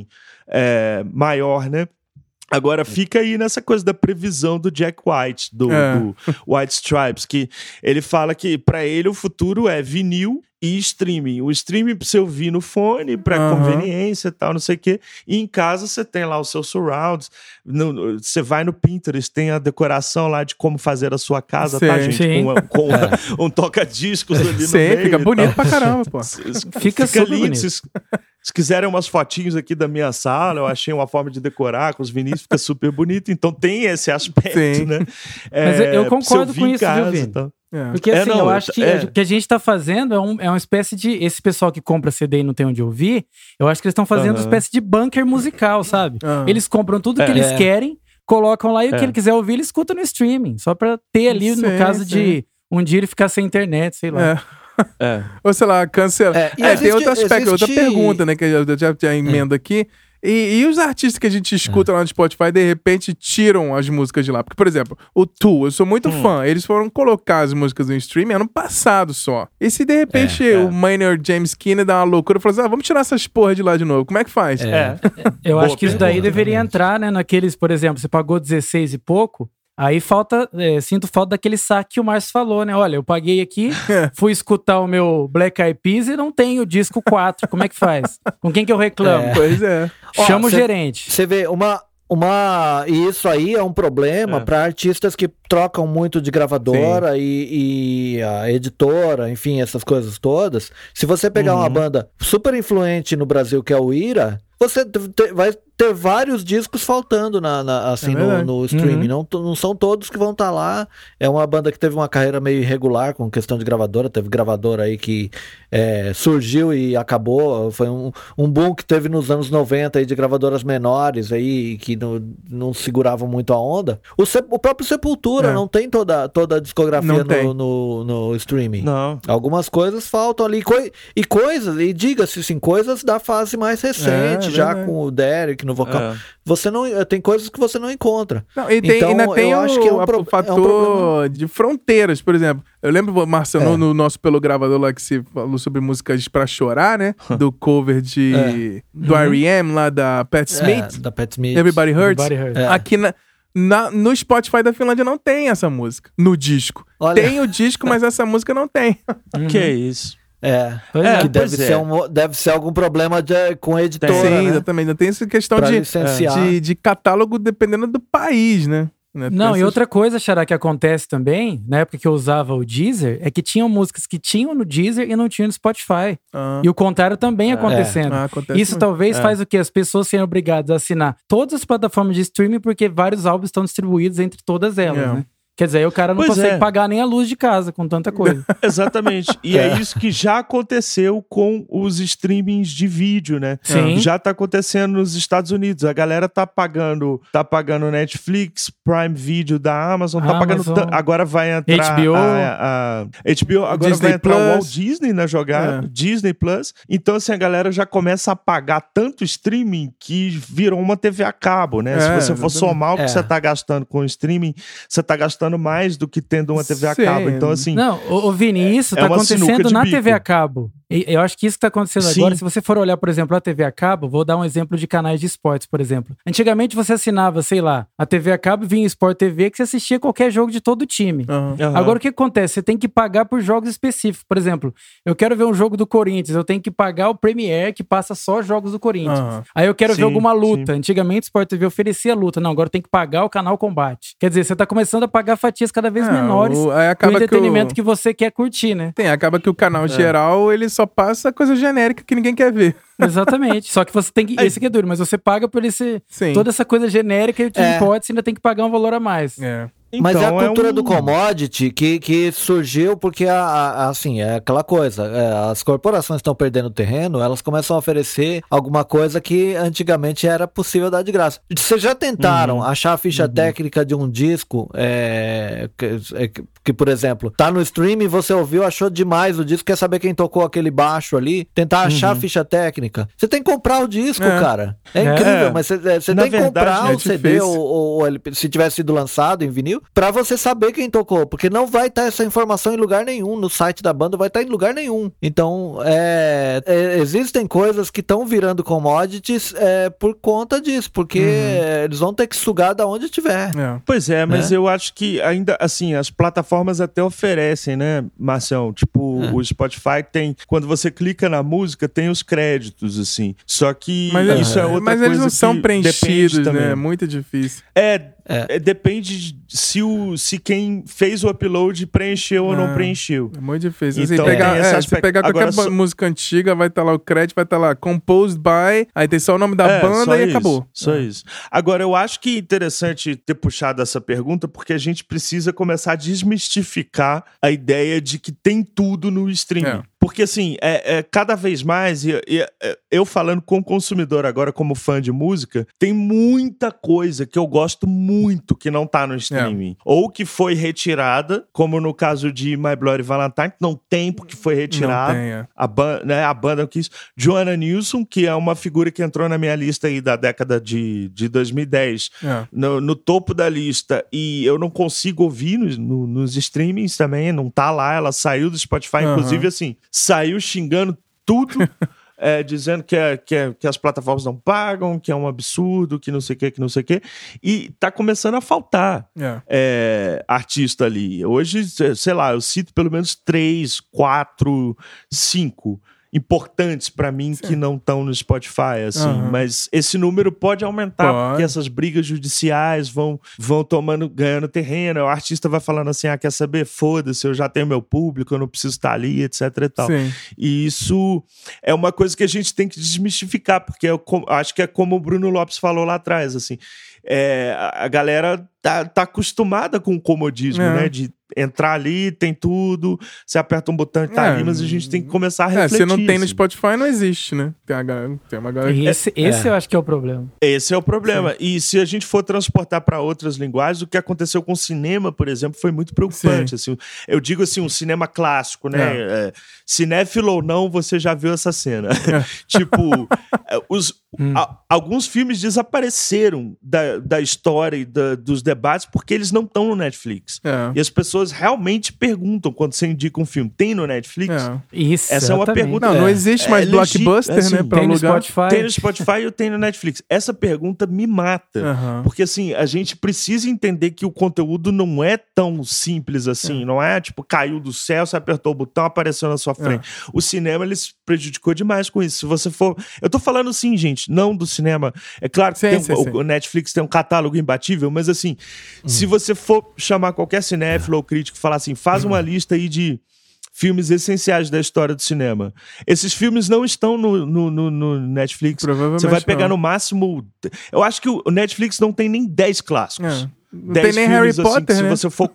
é, maior, né? Agora, fica aí nessa coisa da previsão do Jack White, do, É. do White Stripes, que ele fala que para ele o futuro é vinil e streaming. O streaming pra você ouvir no fone, para Aham. conveniência e tal, não sei o quê. E em casa você tem lá os seus surrounds. No- no- você vai no Pinterest, tem a decoração lá de como fazer a sua casa, tá, Sim. gente? Sim. Com, uma- com uma- um toca-discos ali no Sim, meio. fica e bonito tal. pra caramba, pô. Fica super lindo. bonito. Se, se quiserem umas fotinhos aqui da minha sala, eu achei uma forma de decorar com os vinis, fica super bonito. Então tem esse aspecto, Sim. né? Mas eu- eu pra você concordo ouvir com em isso, viu, casa Vini? e tal. É. Porque É, assim, não, eu eu acho t- que é. o que a gente tá fazendo é, um- é uma espécie de. Esse pessoal que compra C D e não tem onde ouvir, eu acho que eles estão fazendo uma Aham. espécie de bunker musical, sabe? Aham. Eles compram tudo que É. eles É. querem, colocam lá e o É. que ele quiser ouvir, ele escuta no streaming. Só pra ter ali, no Sim, caso sim. de um dia ele ficar sem internet, sei lá. É. É. Ou sei lá, cancela. É, e É, tem existe- outro aspecto, outra existe- pergunta, né? Que eu já, já, já emendo aqui. E, e os artistas que a gente escuta é. lá no Spotify, de repente, tiram as músicas de lá. Porque, por exemplo, o Tool, eu sou muito hum. fã. Eles foram colocar as músicas no streaming ano passado só. E se, de repente, é, é. o Maynard James Keenan dá uma loucura e fala assim, ah, vamos tirar essas porra de lá de novo. Como é que faz? É. É. Eu acho que isso daí deveria entrar, né, naqueles, por exemplo, você pagou dezesseis e pouco, aí falta, é, sinto falta daquele saque que o Márcio falou, né? Olha, eu paguei aqui, fui escutar o meu Black Eyed Peas e não tem o disco quatro. Como é que faz? Com quem que eu reclamo? É. Pois é. Chama Ó, o cê, gerente. Você vê, uma... Uma, e isso aí é um problema é. para artistas que trocam muito de gravadora e, e a editora, enfim, essas coisas todas. Se você pegar uhum. uma banda super influente no Brasil, que é o Ira, você te, vai ter vários discos faltando na, na, assim, é no, no streaming. Uhum. Não, não são todos que vão estar tá lá. É uma banda que teve uma carreira meio irregular com questão de gravadora. Teve gravadora aí que é, surgiu e acabou. Foi um, um boom que teve nos anos noventa aí de gravadoras menores aí que não, não seguravam muito a onda. O, o próprio Sepultura é. não tem toda, toda a discografia no, no, no streaming. Não. Algumas coisas faltam ali. Coi- e coisas, e diga-se assim, coisas da fase mais recente, é, já é. com o Derek no vocal. É. Você não, tem coisas que você não encontra. Não, e tem, então, ainda tem eu o, acho que é um, pro, o fator é um de fronteiras, por exemplo. Eu lembro, Marcelo, é. no, no nosso Pelo Gravador lá que você falou sobre músicas pra chorar, né? Do cover de é. do uhum. R E M lá da Pat Smith. É, da Pat Smith. Everybody Hurts. Everybody Hurts. É. Aqui na, na, no Spotify da Finlândia não tem essa música. No disco. Olha. Tem o disco, mas essa música não tem. Uhum. Que é isso? É, é, que deve ser, é. um, deve ser algum problema de, com a editora, Sim, né? exatamente. Tem essa questão de, de, de catálogo dependendo do país, né? né? Não, essas... e outra coisa, Xará, que acontece também, na época que eu usava o Deezer, é que tinham músicas que tinham no Deezer e não tinham no Spotify. Ah. E o contrário também é. acontecendo. É. Ah, Isso muito. talvez é. faz o quê? As pessoas serem obrigadas a assinar todas as plataformas de streaming porque vários álbuns estão distribuídos entre todas elas, é. né? Quer dizer, aí o cara não pois consegue é. pagar nem a luz de casa com tanta coisa. Exatamente. E é. é isso que já aconteceu com os streamings de vídeo, né? Sim. Já tá acontecendo nos Estados Unidos. A galera tá pagando, tá pagando Netflix, Prime Video da Amazon, tá Amazon, pagando... T- agora vai entrar... H B O. A, a, a H B O agora Disney vai entrar Plus. O Walt Disney na jogada, é. Disney Plus. Então, assim, a galera já começa a pagar tanto streaming que virou uma T V a cabo, né? É, Se você for somar o que é. você tá gastando com o streaming, você tá gastando mais do que tendo uma T V a cabo. Então, assim... Não, ô, ô Vini, isso é, tá é acontecendo na bico. T V a cabo. E eu acho que isso que tá acontecendo Sim. agora, se você for olhar, por exemplo, a T V a cabo, vou dar um exemplo de canais de esportes, por exemplo. Antigamente você assinava, sei lá, a T V a cabo, vinha Sport T V, que você assistia qualquer jogo de todo time. Uhum. Uhum. Agora o que acontece? Você tem que pagar por jogos específicos. Por exemplo, eu quero ver um jogo do Corinthians, eu tenho que pagar o Premiere, que passa só jogos do Corinthians. Uhum. Aí eu quero sim, ver alguma luta. Sim. Antigamente o Sport T V oferecia luta. Não, agora tem que pagar o canal Combate. Quer dizer, você tá começando a pagar fatias cada vez ah, menores o, aí acaba do entretenimento que, o... que você quer curtir, né? Tem, acaba que o canal é. geral, ele só passa coisa genérica que ninguém quer ver. Exatamente. Só que você tem que... Esse que é duro, mas você paga por esse... Sim. Toda essa coisa genérica que é. pode, você ainda tem que pagar um valor a mais. É. Então, mas é a cultura é um... do commodity que, que surgiu porque, a, a, assim, é aquela coisa, é, as corporações estão perdendo terreno, elas começam a oferecer alguma coisa que antigamente era possível dar de graça. Vocês já tentaram uhum. achar a ficha uhum. técnica de um disco é, que, que, que, por exemplo, tá no streaming, você ouviu, achou demais o disco, quer saber quem tocou aquele baixo ali, tentar achar uhum. a ficha técnica. Você tem que comprar o disco, é. cara. É, é incrível, mas você, você tem que comprar o C D ou, ou, ou se tivesse sido lançado em vinil, pra você saber quem tocou, porque não vai estar essa informação em lugar nenhum, no site da banda vai estar em lugar nenhum. Então, é, é, existem coisas que estão virando commodities é, por conta disso, porque uhum. eles vão ter que sugar da onde tiver. É. Pois é, mas é. eu acho que ainda, assim, as plataformas até oferecem, né, Marcião? Tipo, é. o Spotify tem, quando você clica na música, tem os créditos, assim. Só que mas, isso é, é outra mas coisa eles não são preenchidos, também. né? É muito difícil. É, É. Depende se, o, se quem fez o upload preencheu ou não preencheu. É muito difícil. Então, você pegar, é, você pegar qualquer Agora, só... música antiga, vai estar tá lá o crédito, vai estar tá lá composed by, aí tem só o nome da é, banda e isso, acabou. Só é. isso. Agora, eu acho que é interessante ter puxado essa pergunta, porque a gente precisa começar a desmistificar a ideia de que tem tudo no streaming. É. Porque, assim, é, é, cada vez mais, e, e, eu falando como consumidor agora, como fã de música, tem muita coisa que eu gosto muito que não tá no streaming. É. Ou que foi retirada, como no caso de My Bloody Valentine, que não tem porque foi retirado. Não tem, é. a, ban- né, a banda quis. Joanna Nilsson, que é uma figura que entrou na minha lista aí da década de, de dois mil e dez, é. no, no topo da lista, e eu não consigo ouvir no, no, nos streamings também, não tá lá, ela saiu do Spotify, uhum. inclusive assim, saiu xingando tudo, é, dizendo que, é, que, é, que as plataformas não pagam, que é um absurdo, que não sei o que, que não sei o que, e tá começando a faltar yeah. é, artista ali. Hoje, sei lá, eu cito pelo menos três, quatro, cinco importantes pra mim Sim. que não estão no Spotify, assim, uhum. mas esse número pode aumentar, pode. Porque essas brigas judiciais vão, vão tomando, ganhando terreno, o artista vai falando assim, ah, quer saber? Foda-se, eu já tenho meu público, eu não preciso estar ali, etc e tal. Sim. E isso é uma coisa que a gente tem que desmistificar, porque eu acho que é como o Bruno Lopes falou lá atrás, assim, é, a galera tá, tá acostumada com o comodismo, é. né, de entrar ali, tem tudo, você aperta um botão e tá é, ali, mas a gente tem que começar a refletir. É, se não tem no Spotify, não existe, né? Tem, a, tem uma galera... Esse, esse é. eu acho que é o problema. Esse é o problema. Sim. E se a gente for transportar para outras linguagens, o que aconteceu com o cinema, por exemplo, foi muito preocupante. Assim, eu digo assim, um cinema clássico, né? É. É, cinéfilo ou não, você já viu essa cena. É. Tipo, os, hum. a, alguns filmes desapareceram da, da história e da, dos debates porque eles não estão no Netflix. É. E as pessoas realmente perguntam quando você indica um filme, tem no Netflix? É. Isso, essa é uma pergunta. Não, não existe mais é, blockbuster, assim, né? Pra tem alugar. No Spotify. Tem no Spotify ou tem no Netflix? Essa pergunta me mata. Uhum. Porque assim, a gente precisa entender que o conteúdo não é tão simples assim. É. Não é tipo, caiu do céu, você apertou o botão, apareceu na sua frente. É. O cinema, ele se prejudicou demais com isso. Se você for... Eu tô falando assim, gente, não do cinema. É claro que sim, tem, sim, o, sim. o Netflix tem um catálogo imbatível, mas assim, hum. se você for chamar qualquer cinéfilo ou crítico e falar assim, faz uma lista aí de filmes essenciais da história do cinema. Esses filmes não estão no, no, no, no Netflix. Você vai pegar não. no máximo... Eu acho que o Netflix não tem nem dez clássicos. É. Não tem nem Harry assim, Potter, se né? você for...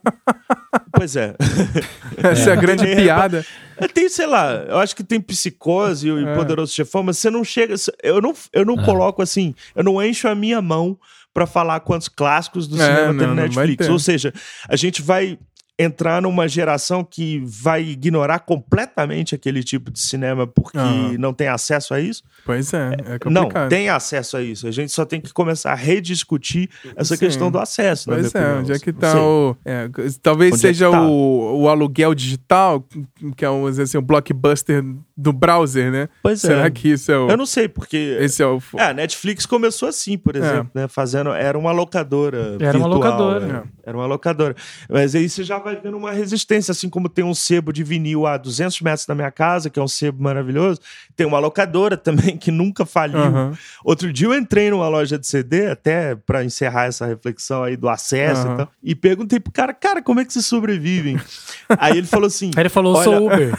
Pois é. Essa é, é a grande tem piada. Tem, sei lá, eu acho que tem Psicose e o é. Poderoso Chefão, mas você não chega... Eu não, eu não é. coloco assim... Eu não encho a minha mão pra falar quantos clássicos do cinema é, tem no Netflix. Ou seja, a gente vai entrar numa geração que vai ignorar completamente aquele tipo de cinema porque uhum. não tem acesso a isso. Pois é, é complicado. Não, tem acesso a isso. A gente só tem que começar a rediscutir essa Sim. questão do acesso. Pois é, onde é que tá o... É, talvez onde seja é tá? o, o aluguel digital, que é um, assim, o blockbuster do browser, né? Pois Será é. Será que isso é o... Eu não sei, porque... Esse é o... É, a Netflix começou assim, por exemplo, é. né? Fazendo... Era uma locadora Era virtual, uma locadora. Era, era uma locadora. Mas aí você já vai vendo uma resistência, assim como tem um sebo de vinil a duzentos metros da minha casa, que é um sebo maravilhoso. Tem uma locadora também que nunca faliu. Uhum. Outro dia eu entrei numa loja de C D, até pra encerrar essa reflexão aí do acesso uhum. e tal, e perguntei pro cara, cara, como é que vocês sobrevivem? Aí ele falou assim... Aí ele falou, olha... sou Uber.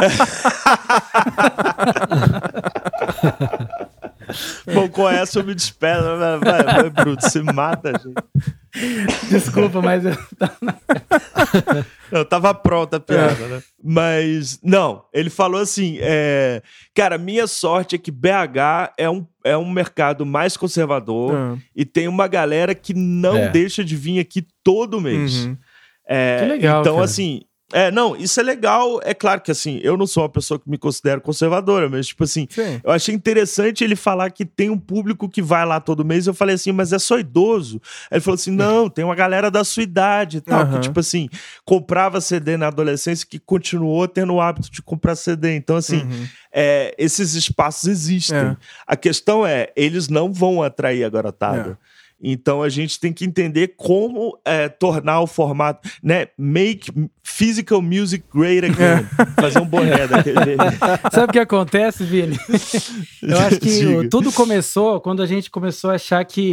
Bom, com essa eu me despeço. Vai, vai, vai, Bruto, você mata a gente. Desculpa, mas eu... Não, tava pronta a piada, é. né? Mas, não, ele falou assim, é... cara, minha sorte é que B H é um, é um mercado mais conservador é. e tem uma galera que não é. deixa de vir aqui todo mês. Uhum. É, que legal, então, cara. assim... É, não, isso é legal. É claro que, assim, eu não sou uma pessoa que me considero conservadora, mas, tipo assim, Sim. eu achei interessante ele falar que tem um público que vai lá todo mês. Eu falei assim, mas é só idoso? Aí ele falou assim, não, tem uma galera da sua idade e tal, uhum. que, tipo assim, comprava C D na adolescência que continuou tendo o hábito de comprar C D. Então, assim, uhum. é, esses espaços existem. É. A questão é, eles não vão atrair a garotada. É. Então a gente tem que entender como é, tornar o formato, né? Make physical music great again. Fazer um boné daquele jeito. Sabe o que acontece, Vini? Eu acho que o, tudo começou quando a gente começou a achar que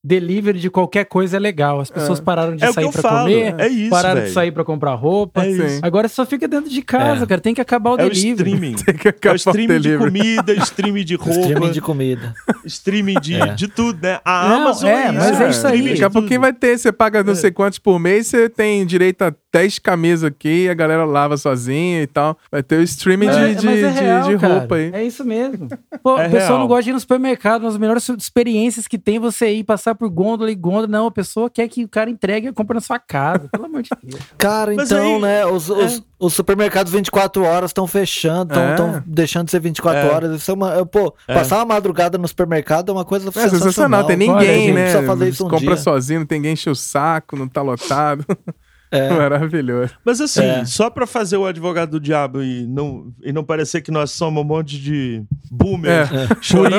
delivery de qualquer coisa é legal. As pessoas é. pararam de é sair pra falo. comer, é isso, pararam véio. de sair pra comprar roupa. É Agora só fica dentro de casa, é. cara. Tem que acabar o é delivery. O streaming. Tem que acabar é o streaming o de comida, streaming de roupa. Streaming de comida. Streaming de, é. de tudo, né? A não, Amazon é, é isso. Mas é isso aí. Daqui a pouquinho vai ter, você paga não sei quantos por mês, você tem direito a dez camisas aqui, a galera lava sozinha e tal. Vai ter o streaming é, de, de, é real, de, de roupa cara. aí. É isso mesmo. Pô, é o pessoal real. não gosta de ir no supermercado, uma das melhores experiências que tem você ir passar por gôndola e gôndola. Não, a pessoa quer que o cara entregue a compra na sua casa, pelo amor de Deus. Cara, Mas então, aí, né, os, é. os, os supermercados vinte e quatro horas estão fechando, estão É. deixando de ser vinte e quatro É. horas. Isso é uma, pô, É. passar uma madrugada no supermercado é uma coisa É sensacional. sensacional, tem ninguém, Olha, a gente né? precisa fazer isso um compra dia. sozinho, não tem ninguém encher o saco, não tá lotado. É. Maravilhoso. Mas assim, É. só pra fazer o advogado do diabo e não, e não parecer que nós somos um monte de boomer É. chorão.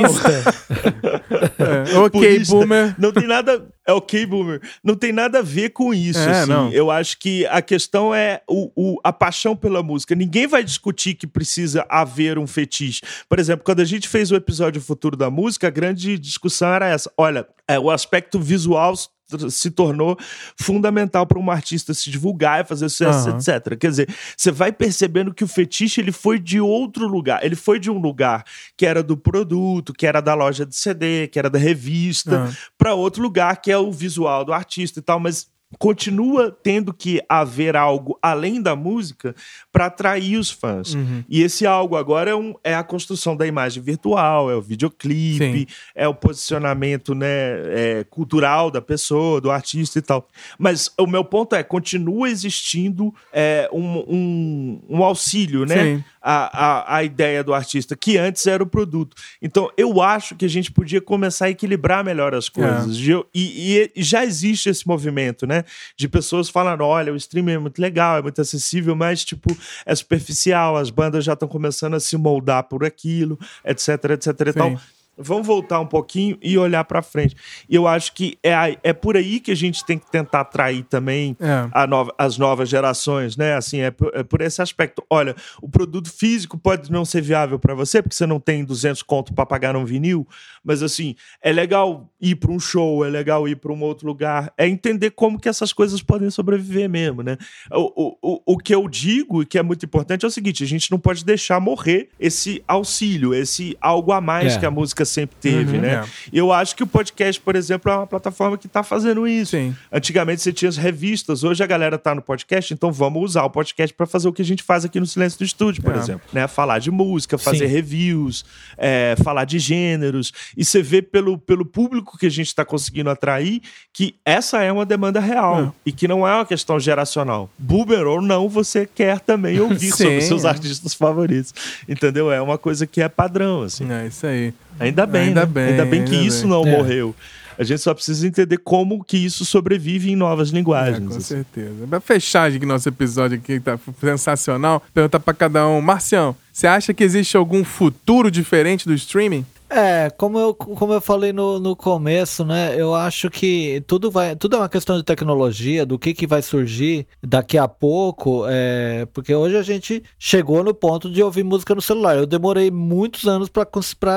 É. Ok, Purista. boomer. Não tem nada... É ok, boomer. Não tem nada a ver com isso, É, assim. não. Eu acho que a questão é o, o, a paixão pela música. Ninguém vai discutir que precisa haver um fetiche. Por exemplo, quando a gente fez o episódio Futuro da Música, a grande discussão era essa. Olha, é, o aspecto visual se tornou fundamental para um artista se divulgar e fazer sucesso, Uhum. etcétera. Quer dizer, você vai percebendo que o fetiche ele foi de outro lugar. Ele foi de um lugar que era do produto, que era da loja de C D, que era da revista, Uhum. para outro lugar que é o visual do artista e tal, mas continua tendo que haver algo além da música para atrair os fãs. Uhum. E esse algo agora é, um, é a construção da imagem virtual, é o videoclipe, Sim. é o posicionamento, né, é, cultural da pessoa, do artista e tal. Mas o meu ponto é, continua existindo é, um, um, um auxílio, né? Sim. A, a, a ideia do artista, que antes era o produto. Então, eu acho que a gente podia começar a equilibrar melhor as coisas. É. E, e, e já existe esse movimento, né? De pessoas falando, olha, o streaming é muito legal, é muito acessível, mas, tipo, é superficial, as bandas já estão começando a se moldar por aquilo, etc, etc e Sim. tal. Vamos voltar um pouquinho e olhar pra frente. E eu acho que é, a- é por aí que a gente tem que tentar atrair também É. a nova- as novas gerações, né? Assim, é por, é por esse aspecto. Olha, o produto físico pode não ser viável pra você, porque você não tem duzentos conto pra pagar um vinil, mas assim, é legal ir pra um show, é legal ir pra um outro lugar, é entender como que essas coisas podem sobreviver mesmo, né? O, o, o, o que eu digo e que é muito importante é o seguinte, a gente não pode deixar morrer esse auxílio, esse algo a mais É. que a música sempre teve, Uhum, né? é. Eu acho que o podcast, por exemplo, é uma plataforma que está fazendo isso. Sim. Antigamente você tinha as revistas, hoje a galera tá no podcast, então vamos usar o podcast para fazer o que a gente faz aqui no Silêncio do Estúdio, por É. exemplo, né? Falar de música, fazer Sim. reviews, é, falar de gêneros, e você vê pelo, pelo público que a gente está conseguindo atrair que essa é uma demanda real É. e que não é uma questão geracional. Boomer ou não, você quer também ouvir Sim. sobre seus artistas favoritos, entendeu? É uma coisa que é padrão, assim. É isso aí. Ainda bem, Ainda né? bem, Ainda bem que ainda isso bem. não É. morreu. A gente só precisa entender como que isso sobrevive em novas É, linguagens. com assim. certeza. Pra fechar aqui nosso episódio aqui, que tá sensacional, perguntar pra cada um. Marcião, você acha que existe algum futuro diferente do streaming? É, como eu, como eu falei no, no começo, né? Eu acho que tudo vai, tudo é uma questão de tecnologia, do que, que vai surgir daqui a pouco, é, porque hoje a gente chegou no ponto de ouvir música no celular. Eu demorei muitos anos para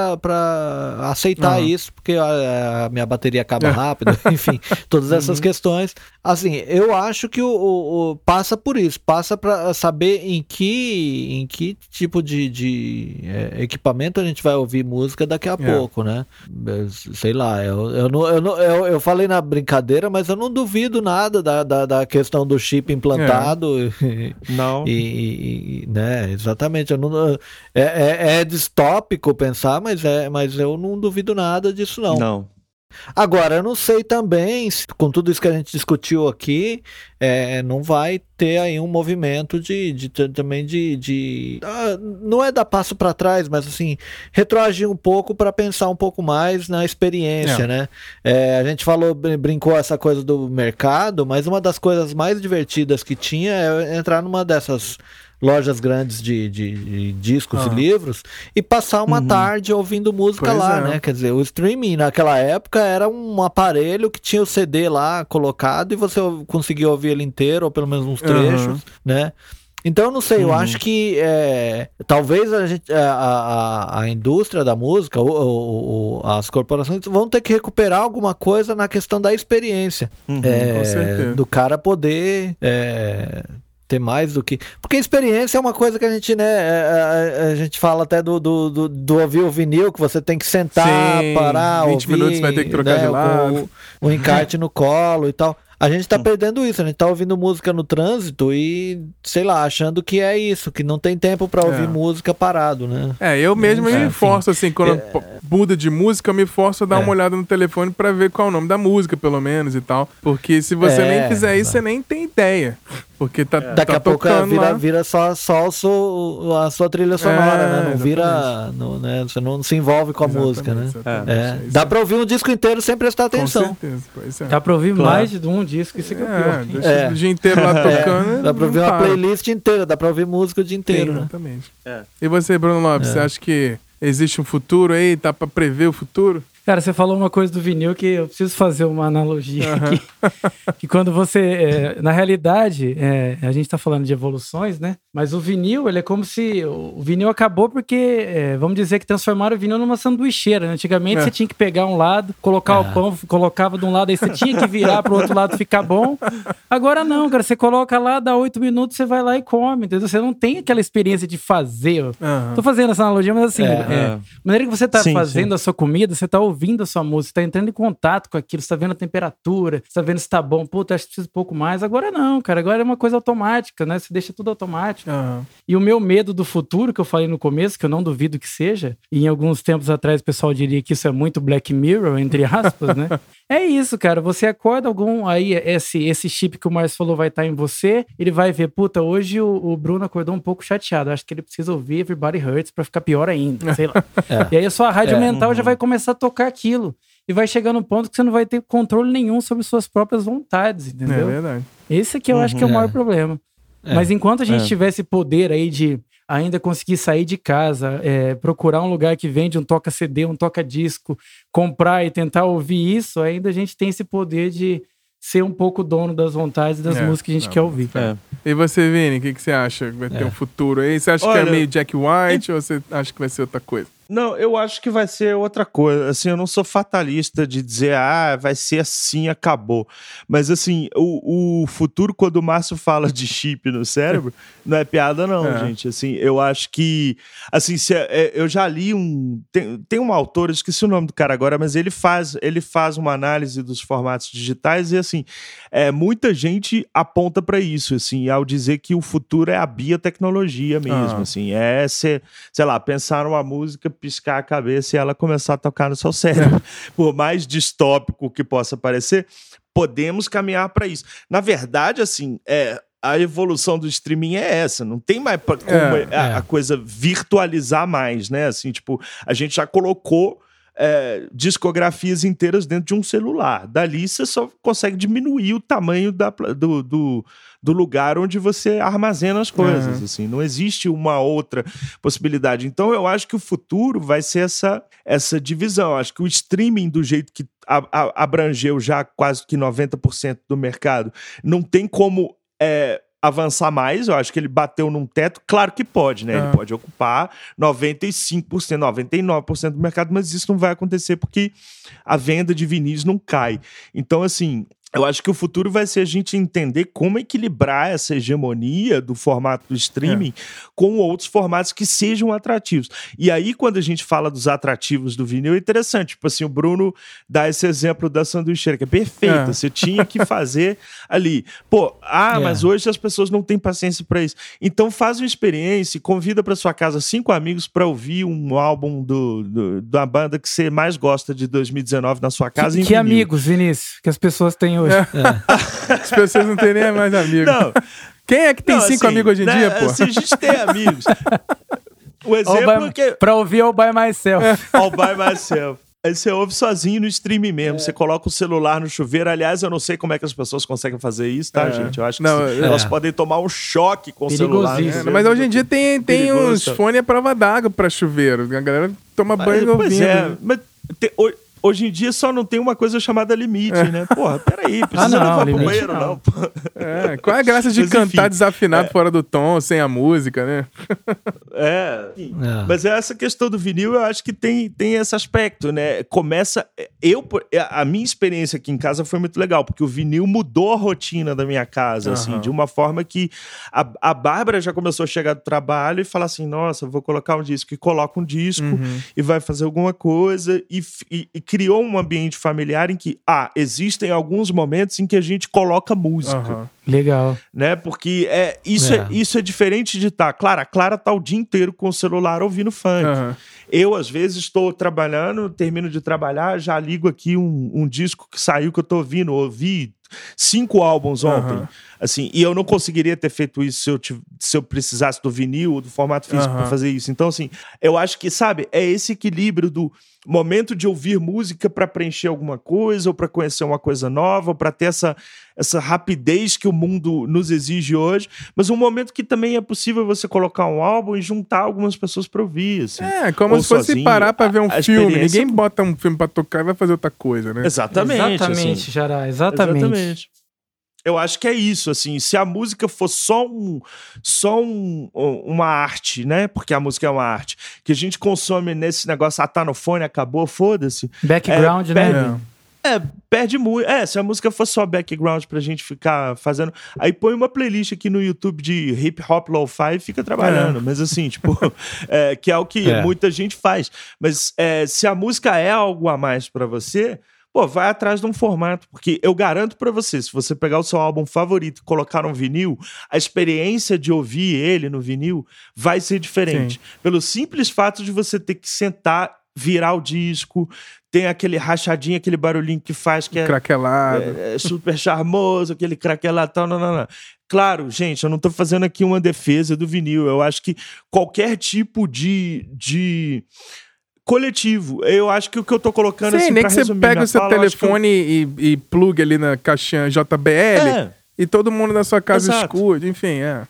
aceitar Uhum. isso, porque a, a minha bateria acaba rápido, enfim, todas essas questões. Assim, eu acho que o, o- o- passa por isso, passa para saber em que, em que tipo de, de é, equipamento a gente vai ouvir música daqui a É. pouco, né? Eu- Sei lá, eu, eu, não, eu, não, eu, eu falei na brincadeira, mas eu não duvido nada da, da, da questão do chip implantado. E, Não. e- e- né, exatamente. Eu não, é, é, é distópico pensar, mas, é, mas eu não duvido nada disso, não. Não. Agora, eu não sei também, se, com tudo isso que a gente discutiu aqui, é, não vai ter aí um movimento de, de, de- também de, de ah, não é dar passo para trás, mas assim, retroagir um pouco para pensar um pouco mais na experiência, É. né? É, a gente falou, brin- brincou essa coisa do mercado, mas uma das coisas mais divertidas que tinha é entrar numa dessas lojas grandes de, de- de discos Ah. e livros e passar uma Uhum. tarde ouvindo música Pois lá, é. né? Quer dizer, o streaming naquela época era um aparelho que tinha o C D lá colocado e você ou- conseguia ouvir ele inteiro, ou pelo menos uns trechos, Uhum. né? Então, eu não sei, Uhum. eu acho que é, talvez a, gente, a, a, a indústria da música, ou, ou, ou as corporações vão ter que recuperar alguma coisa na questão da experiência. Uhum, é, com certeza. do cara poder é, ter mais do que... Porque experiência é uma coisa que a gente, né, a, a, a gente fala até do, do, do, do ouvir o vinil, que você tem que sentar, Sim, parar, vinte ouvir, minutos vai ter que trocar né, de lado. O, o encarte no colo e tal. A gente tá perdendo isso, a gente tá ouvindo música no trânsito e, sei lá, achando que é isso, que não tem tempo pra ouvir É. música parado, né? É, eu mesmo É, me enfim. forço, assim, quando É. eu muda de música, eu me forço a dar É. uma olhada no telefone pra ver qual é o nome da música, pelo menos, e tal. Porque se você É, nem fizer isso, exato. você nem tem ideia. Porque tá, Daqui tá a pouco é, tocando vira, lá. vira só, só o seu- a sua trilha sonora, É, né? Não vira. exatamente. Não, né? Você não se envolve com a Exatamente, música, né? exatamente. É. Isso Dá é- pra ouvir um disco inteiro sem prestar Com atenção. certeza, pois é. Dá pra ouvir Claro. mais de um disco, isso que é o pior. É, deixa É. o dia inteiro lá tocando. É, dá pra ouvir não uma para. playlist inteira, dá pra ouvir música o dia inteiro, Sim, né? exatamente. É. E você, Bruno Lopes, É. você acha que existe um futuro aí? Tá pra prever o futuro? Cara, você falou uma coisa do vinil que eu preciso fazer uma analogia aqui. Que quando você... é, na realidade, é, a gente tá falando de evoluções, né? Mas o vinil, ele é como se... O vinil acabou porque, é, vamos dizer que transformaram o vinil numa sanduicheira, né? Antigamente É. você tinha que pegar um lado, colocar É. o pão, colocava de um lado, aí você tinha que virar pro outro lado ficar bom. Agora não, cara. Você coloca lá, dá oito minutos, você vai lá e come, entendeu? Você não tem aquela experiência de fazer. ó. Aham. Tô fazendo essa analogia, mas assim, É. é, a maneira que você tá Sim, fazendo sim. a sua comida, você tá ouvindo a sua música, você tá entrando em contato com aquilo, você tá vendo a temperatura, você tá vendo se tá bom, puta, acho que precisa um pouco mais. Agora não, cara, agora é uma coisa automática, né? Você deixa tudo automático. Aham. E o meu medo do futuro, que eu falei no começo, que eu não duvido que seja, e em alguns tempos atrás o pessoal diria que isso é muito Black Mirror, entre aspas, né? É isso, cara. Você acorda algum. Aí, esse, esse chip que o Márcio falou vai estar em você. Ele vai ver, puta, hoje o, o Bruno acordou um pouco chateado. Acho que ele precisa ouvir Everybody Hurts pra ficar pior ainda. Sei lá. É. E aí a sua rádio É. mental já vai começar a tocar aquilo. E vai chegar no ponto que você não vai ter controle nenhum sobre suas próprias vontades, É entendeu? verdade. Esse aqui eu acho que é o Uhum. maior É. problema. É. Mas enquanto a gente É. tivesse poder aí de ainda conseguir sair de casa, é, procurar um lugar que vende um toca-C D, um toca-disco, comprar e tentar ouvir isso, ainda a gente tem esse poder de ser um pouco dono das vontades das É, músicas que a gente não, quer ouvir. É. E você, Vini, o que, que você acha? Vai ter É. um futuro aí? Você acha que Olha, é meio Jack White ou você acha que vai ser outra coisa? Não, eu acho que vai ser outra coisa. Assim, eu não sou fatalista de dizer, ah, vai ser assim, acabou. Mas, assim, o, o futuro, quando o Márcio fala de chip no cérebro, não é piada, não, É. gente. Assim, eu acho que. Assim, se, é, eu já li um. Tem, tem um autor, eu esqueci o nome do cara agora, mas ele faz, ele faz uma análise dos formatos digitais e, assim, é, muita gente aponta para isso, assim, ao dizer que o futuro é a biotecnologia mesmo. Ah. Assim, é, ser, sei lá, pensar numa música, piscar a cabeça e ela começar a tocar no seu cérebro. Por mais distópico que possa parecer, podemos caminhar para isso. Na verdade, assim, é, a evolução do streaming é essa. Não tem mais pra, como É, a, é. a coisa virtualizar mais, né? Assim, tipo, a gente já colocou é, discografias inteiras dentro de um celular. Dali você só consegue diminuir o tamanho da, do, do, do lugar onde você armazena as coisas. Uhum. Assim, não existe uma outra possibilidade. Então eu acho que o futuro vai ser essa, essa divisão. Eu acho que o streaming, do jeito que a, a, abrangeu já quase que noventa por cento do mercado, não tem como é, avançar mais. Eu acho que ele bateu num teto. Claro que pode, né? Uhum. Ele pode ocupar noventa e cinco por cento, noventa e nove por cento do mercado, mas isso não vai acontecer porque a venda de vinis não cai. Então, assim, eu acho que o futuro vai ser a gente entender como equilibrar essa hegemonia do formato do streaming com outros formatos que sejam atrativos. E aí, quando a gente fala dos atrativos do vinil, é interessante. Tipo assim, o Bruno dá esse exemplo da sanduicheira, que é perfeita. É. Você tinha que fazer ali. Pô, ah, É. mas hoje as pessoas não têm paciência para isso. Então faz uma experiência e convida para sua casa cinco amigos para ouvir um álbum do, do, da banda que você mais gosta de dois mil e dezenove na sua casa. Que, em que vinil. amigos, Vinícius, que as pessoas têm hoje. As pessoas não têm nem mais amigos. Não, Quem é que tem não, cinco assim, amigos hoje em né, dia, pô? assim, a gente tem amigos. O All exemplo by- é que Pra ouvir All By Myself. All by myself. Aí você ouve sozinho no streaming mesmo. Você coloca o celular no chuveiro. Aliás, eu não sei como é que as pessoas conseguem fazer isso, tá, É. gente? Eu acho que Não, se- é. elas podem tomar um choque com o celular. Perigosíssimo. É, mas hoje em dia tem, tem Perigoso, uns tá? fones à prova d'água pra chuveiro. A galera toma banho Pois ouvindo. é, mas te- o- Hoje em dia só não tem uma coisa chamada limite, é. né? Porra, peraí, precisa ah, não, levar pro banheiro, não. não. É, qual é a graça de Mas, cantar enfim, desafinado é. fora do tom, sem a música, né? É. é. Mas essa questão do vinil, eu acho que tem, tem esse aspecto, né? Começa... Eu, a minha experiência aqui em casa foi muito legal, porque o vinil mudou a rotina da minha casa, uhum. assim, de uma forma que a, a Bárbara já começou a chegar do trabalho e falar assim, nossa, vou colocar um disco, e coloca um disco uhum. e vai fazer alguma coisa e, e, e criou um ambiente familiar em que, ah, existem alguns momentos em que a gente coloca música. Uhum. Legal. Né? Porque é, isso, é. É, isso é diferente de estar... Tá, Clara, a Clara tá o dia inteiro com o celular ouvindo funk. Uhum. Eu, às vezes, estou trabalhando, termino de trabalhar, já ligo aqui um, um disco que saiu que eu tô ouvindo, ouvi cinco álbuns ontem. Uhum. Assim, e eu não conseguiria ter feito isso se eu, se eu precisasse do vinil, do formato físico uhum. para fazer isso. Então, assim, eu acho que, sabe, é esse equilíbrio do momento de ouvir música para preencher alguma coisa, ou para conhecer uma coisa nova, ou para ter essa, essa rapidez que o mundo nos exige hoje, mas um momento que também é possível você colocar um álbum e juntar algumas pessoas para ouvir. Assim. É, como ou se fosse sozinho, parar para ver um filme. Experiência... Ninguém bota um filme para tocar e vai fazer outra coisa, né? Exatamente. Exatamente, assim. Jará, exatamente. Exatamente. Eu acho que é isso, assim, se a música for só, um, só um, uma arte, né, porque a música é uma arte, que a gente consome nesse negócio, ah, tá no fone, acabou, foda-se. Background, é, né? Perde, é, perde muito. É, se a música for só background pra gente ficar fazendo... Aí põe uma playlist aqui no YouTube de hip hop lo-fi e fica trabalhando, é. mas assim, tipo, é, que é o que é. muita gente faz. Mas é, se a música é algo a mais pra você... Pô, vai atrás de um formato, porque eu garanto pra você, se você pegar o seu álbum favorito e colocar um vinil, a experiência de ouvir ele no vinil vai ser diferente. Sim. Pelo simples fato de você ter que sentar, virar o disco, tem aquele rachadinho, aquele barulhinho que faz que é... Craquelado. É, é super charmoso, aquele craquelado, tal, não, não, não. Claro, gente, eu não tô fazendo aqui uma defesa do vinil, eu acho que qualquer tipo de... de... coletivo. Eu acho que o que eu tô colocando... Sim, assim, nem que você pega o seu fala, telefone eu... e, e plugue ali na caixinha J B L é. e todo mundo na sua casa Exato. escute, enfim, é.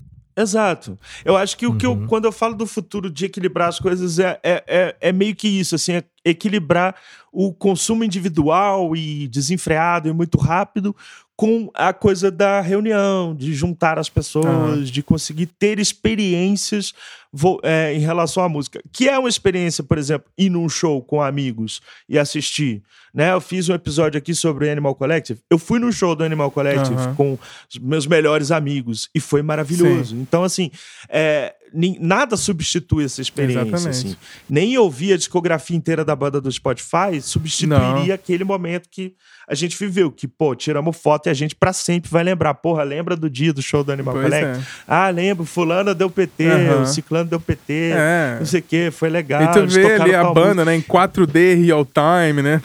Exato. Eu acho que o que Uhum. eu, quando eu falo do futuro de equilibrar as coisas, é, é, é, é meio que isso, assim, é equilibrar o consumo individual e desenfreado e muito rápido com a coisa da reunião, de juntar as pessoas, uhum. de conseguir ter experiências é, em relação à música. Que é uma experiência, por exemplo, ir num show com amigos e assistir. Né? Eu fiz um episódio aqui sobre Animal Collective. Eu fui no show do Animal Collective uhum. com os meus melhores amigos e foi maravilhoso. Sim. Então, assim, é, nem, nada substitui essa experiência. Assim. Nem ouvir a discografia inteira da banda do Spotify substituiria Não. aquele momento que a gente viveu. Que, pô, tiramos foto e a gente pra sempre vai lembrar. Porra, lembra do dia do show do Animal pois Collective? É. Ah, lembro, fulano deu P T, uhum. o ciclano deu P T, é. não sei o que, foi legal. E tu vê ali a banda, música. né, em quatro D, real time, né?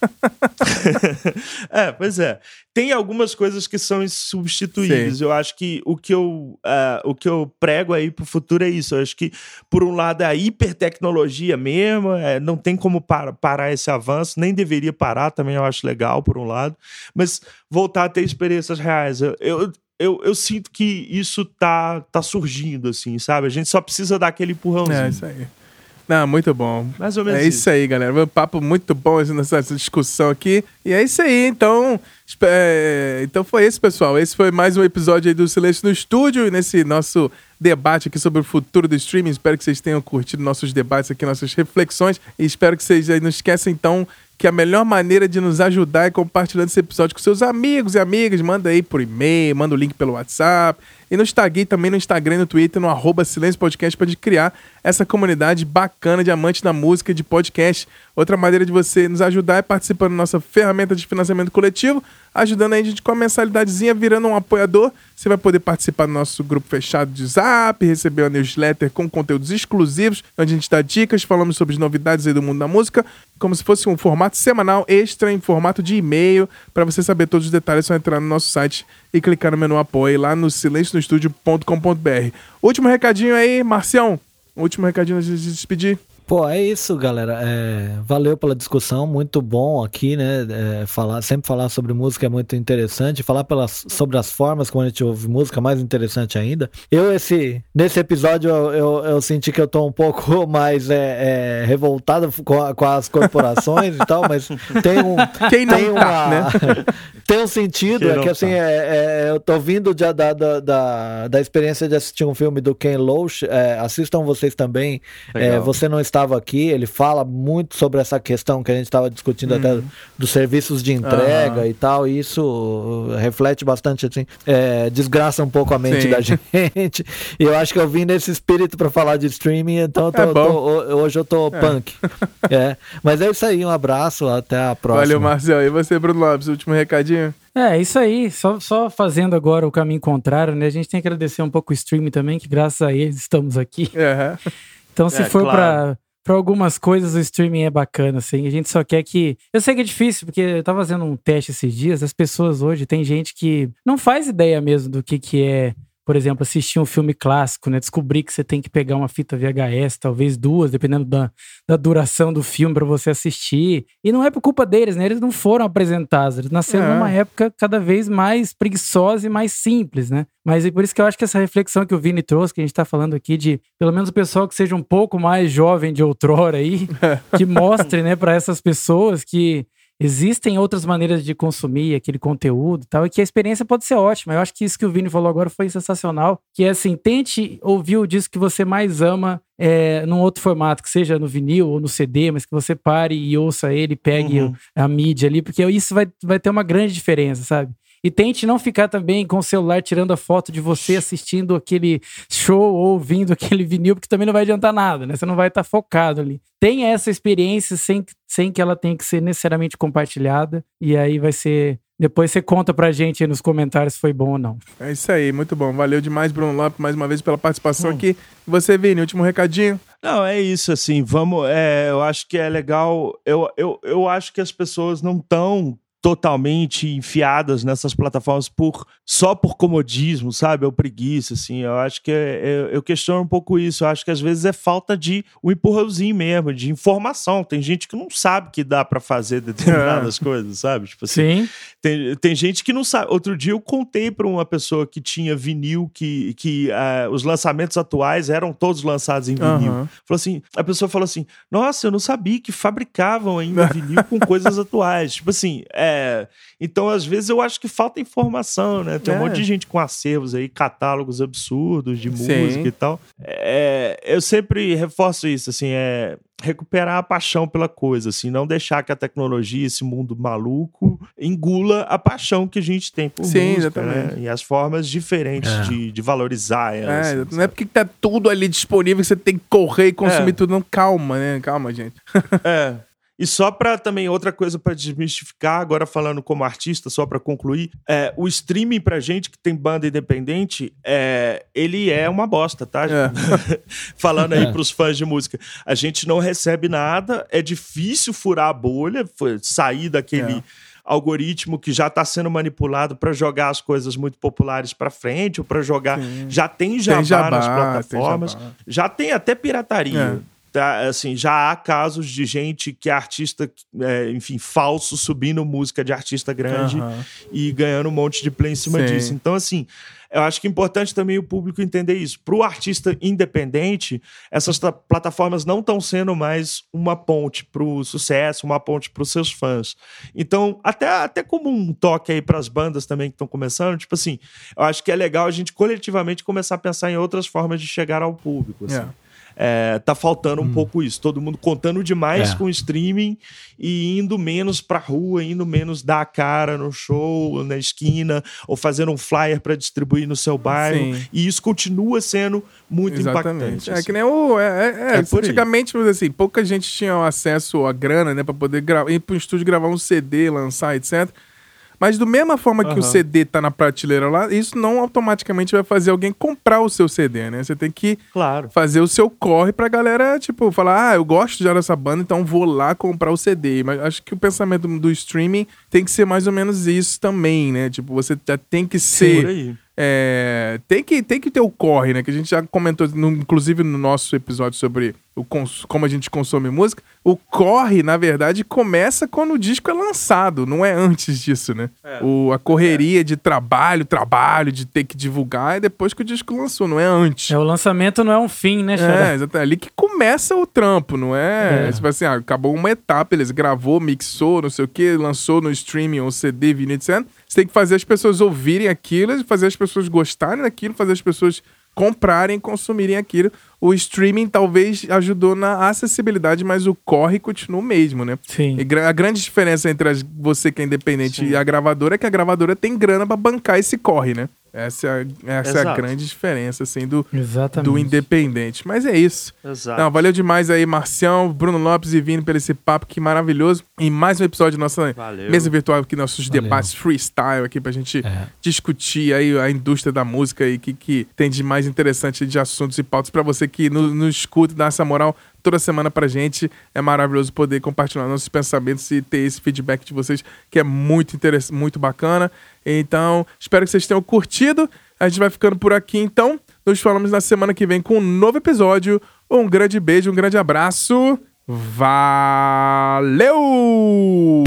É, pois é. Tem algumas coisas que são insubstituíveis. Sim. Eu acho que o que eu, uh, o que eu prego aí pro futuro é isso. Eu acho que, por um lado, é a hipertecnologia mesmo, é, não tem como par- parar esse avanço, nem deveria parar, também eu acho legal, por um lado, mas voltar a ter experiências reais. Eu, eu, eu, eu sinto que isso tá, tá surgindo, assim, sabe? A gente só precisa dar aquele empurrãozinho. É, isso aí. Não, muito bom. Mais ou menos é isso. isso aí, galera. Um papo muito bom nessa discussão aqui. E é isso aí, então... É, então foi esse, pessoal. Esse foi mais um episódio aí do Silêncio no Estúdio, nesse nosso debate aqui sobre o futuro do streaming. Espero que vocês tenham curtido nossos debates aqui, nossas reflexões. E espero que vocês aí não esqueçam, então, que a melhor maneira de nos ajudar é compartilhando esse episódio com seus amigos e amigas. Manda aí por e-mail, manda o link pelo WhatsApp. E nos tague também no Instagram e no Twitter, no arroba Silêncio Podcast, para criar essa comunidade bacana de amantes da música e de podcast. Outra maneira de você nos ajudar é participando da nossa ferramenta de financiamento coletivo, ajudando a gente com a mensalidadezinha, virando um apoiador. Você vai poder participar do nosso grupo fechado de Zap, receber uma newsletter com conteúdos exclusivos, onde a gente dá dicas, falamos sobre as novidades aí do mundo da música, como se fosse um formato semanal extra em formato de e-mail. Para você saber todos os detalhes, é só entrar no nosso site e clicar no menu apoio lá no silêncio no estúdio ponto com ponto b r. Último recadinho aí, Marcião. Último recadinho antes de se despedir. Pô, é isso, galera. É, valeu pela discussão, muito bom aqui, né? É, falar, sempre falar sobre música é muito interessante. Falar pelas, sobre as formas como a gente ouve música, mais interessante ainda. Eu, esse, nesse episódio, eu, eu, eu senti que eu tô um pouco mais é, é, revoltado com, a, com as corporações e tal, mas tem um. Quem não tem tá, uma, né? Tem um sentido, é que assim, é, é, eu tô vindo de, da, da, da, da experiência de assistir um filme do Ken Loach. É, assistam vocês também. É, você não estava aqui, ele fala muito sobre essa questão que a gente estava discutindo, hum. até dos serviços de entrega uhum. e tal, e isso reflete bastante, assim, é, desgraça um pouco a mente Sim. da gente, e eu acho que eu vim nesse espírito para falar de streaming, então eu tô, é tô, hoje eu tô é. punk. É. Mas é isso aí, um abraço, até a próxima. Valeu, Marcel. E você, Bruno Lopes, último recadinho? É, isso aí, só, só fazendo agora o caminho contrário, né, a gente tem que agradecer um pouco o streaming também, que graças a eles estamos aqui. Uhum. Então, se é, for claro. pra, pra algumas coisas, o streaming é bacana, assim. A gente só quer que... Eu sei que é difícil, porque eu tava fazendo um teste esses dias. As pessoas hoje, tem gente que não faz ideia mesmo do que que é, por exemplo, assistir um filme clássico, né? Descobrir que você tem que pegar uma fita V H S, talvez duas, dependendo da, da duração do filme pra você assistir. E não é por culpa deles, né? Eles não foram apresentados. Eles nasceram é. numa época cada vez mais preguiçosa e mais simples, né? Mas é por isso que eu acho que essa reflexão que o Vini trouxe, que a gente tá falando aqui de, pelo menos o pessoal que seja um pouco mais jovem de outrora aí, que mostre, né, pra essas pessoas que existem outras maneiras de consumir aquele conteúdo e tal, e que a experiência pode ser ótima. Eu acho que isso que o Vini falou agora foi sensacional, que é assim, tente ouvir o disco que você mais ama é, num outro formato, que seja no vinil ou no C D, mas que você pare e ouça ele, pegue uhum. a mídia ali, porque isso vai, vai ter uma grande diferença, sabe? E tente não ficar também com o celular tirando a foto de você assistindo aquele show ou ouvindo aquele vinil, porque também não vai adiantar nada, né? Você não vai estar focado ali. Tenha essa experiência sem, sem que ela tenha que ser necessariamente compartilhada. E aí vai ser... Depois você conta pra gente aí nos comentários se foi bom ou não. É isso aí, muito bom. Valeu demais, Bruno Lopes, mais uma vez pela participação hum. aqui. E você, Vini, último recadinho? Não, é isso, assim, vamos... É, eu acho que é legal... Eu, eu, eu acho que as pessoas não estão totalmente enfiadas nessas plataformas por, só por comodismo, sabe? Ou preguiça, assim. Eu acho que é, é, eu questiono um pouco isso. Eu acho que às vezes é falta de um empurrãozinho mesmo, de informação. Tem gente que não sabe que dá pra fazer determinadas é. coisas, sabe? Tipo assim, Sim. Tem, tem gente que não sabe. Outro dia eu contei pra uma pessoa que tinha vinil, que, que uh, os lançamentos atuais eram todos lançados em vinil. Uhum. Falou assim, a pessoa falou assim, nossa, eu não sabia que fabricavam ainda vinil com coisas atuais. Tipo assim, é É, então, às vezes, eu acho que falta informação, né? Tem um é. monte de gente com acervos aí, catálogos absurdos de Sim. música e tal. É, eu sempre reforço isso, assim, é recuperar a paixão pela coisa, assim, não deixar que a tecnologia, esse mundo maluco, engula a paixão que a gente tem por Sim, música, exatamente. né? E as formas diferentes é. de, de valorizar ela. É, assim, não sabe? é porque tá tudo ali disponível que você tem que correr e consumir é. tudo. Não, calma, né? Calma, gente. É. E só para também outra coisa para desmistificar, agora falando como artista, só para concluir, é, o streaming pra gente que tem banda independente, é, ele é uma bosta, tá? É. Falando aí é. pros fãs de música. A gente não recebe nada, é difícil furar a bolha, sair daquele... É. algoritmo que já está sendo manipulado para jogar as coisas muito populares para frente ou para jogar... Sim. Já tem jabá, tem jabá nas plataformas, tem já tem até pirataria. É. Tá, assim, já há casos de gente que é artista, é, enfim, falso, subindo música de artista grande uhum. e ganhando um monte de play em cima Sim. disso. Então, assim, eu acho que é importante também o público entender isso. Para o artista independente, essas t- plataformas não estão sendo mais uma ponte para o sucesso, uma ponte para os seus fãs. Então, até, até como um toque aí para as bandas também que estão começando, tipo assim, eu acho que é legal a gente coletivamente começar a pensar em outras formas de chegar ao público, assim. Yeah. É, tá faltando um hum. pouco isso. Todo mundo contando demais é. com o streaming e indo menos pra rua, indo menos dar a cara no show, na esquina, ou fazendo um flyer pra distribuir no seu bairro. Sim. E isso continua sendo muito Exatamente. impactante. É assim. que nem o... É, é, é, é antigamente, assim, pouca gente tinha acesso à grana, né, pra poder gra- ir pro estúdio gravar um C D, lançar, etcétera. Mas do mesma forma que uhum. o C D tá na prateleira lá, isso não automaticamente vai fazer alguém comprar o seu C D, né? Você tem que claro. fazer o seu corre pra galera, tipo, falar, ah, eu gosto já dessa banda, então vou lá comprar o C D. Mas acho que o pensamento do, do streaming tem que ser mais ou menos isso também, né? Tipo, você já tem que ser... Sim, é, tem, que, tem que ter o corre, né? Que a gente já comentou, no, inclusive no nosso episódio sobre o cons- como a gente consome música, o corre, na verdade, começa quando o disco é lançado, não é antes disso, né? É. O, a correria é. de trabalho, trabalho, de ter que divulgar, é depois que o disco lançou, não é antes. É, o lançamento não é um fim, né, Xará? É, exatamente. É ali que começa o trampo, não é? é. Tipo assim, ah, acabou uma etapa, eles gravou, mixou, não sei o que, lançou no streaming ou C D, vinil, etcétera. Você tem que fazer as pessoas ouvirem aquilo, fazer as pessoas gostarem daquilo, fazer as pessoas comprarem, consumirem aquilo. O streaming talvez ajudou na acessibilidade, mas o corre continua o mesmo, né? Sim. E a grande diferença entre as, você que é independente Sim. e a gravadora é que a gravadora tem grana pra bancar esse corre, né? Essa é a, essa é a grande diferença, assim, do, do independente. Mas é isso. Exato. Não, valeu demais aí, Marcião, Bruno Lopes e Vini, por esse papo que maravilhoso. E mais um episódio da nossa valeu. mesa virtual aqui, nossos valeu. debates freestyle aqui pra gente é. discutir aí a indústria da música e o que, que tem de mais interessante de assuntos e pautas pra você que nos no escuta e dá essa moral toda semana pra gente. É maravilhoso poder compartilhar nossos pensamentos e ter esse feedback de vocês, que é muito interessante, muito bacana. Então, espero que vocês tenham curtido. A gente vai ficando por aqui, então. Nos falamos na semana que vem com um novo episódio. Um grande beijo, um grande abraço. Valeu!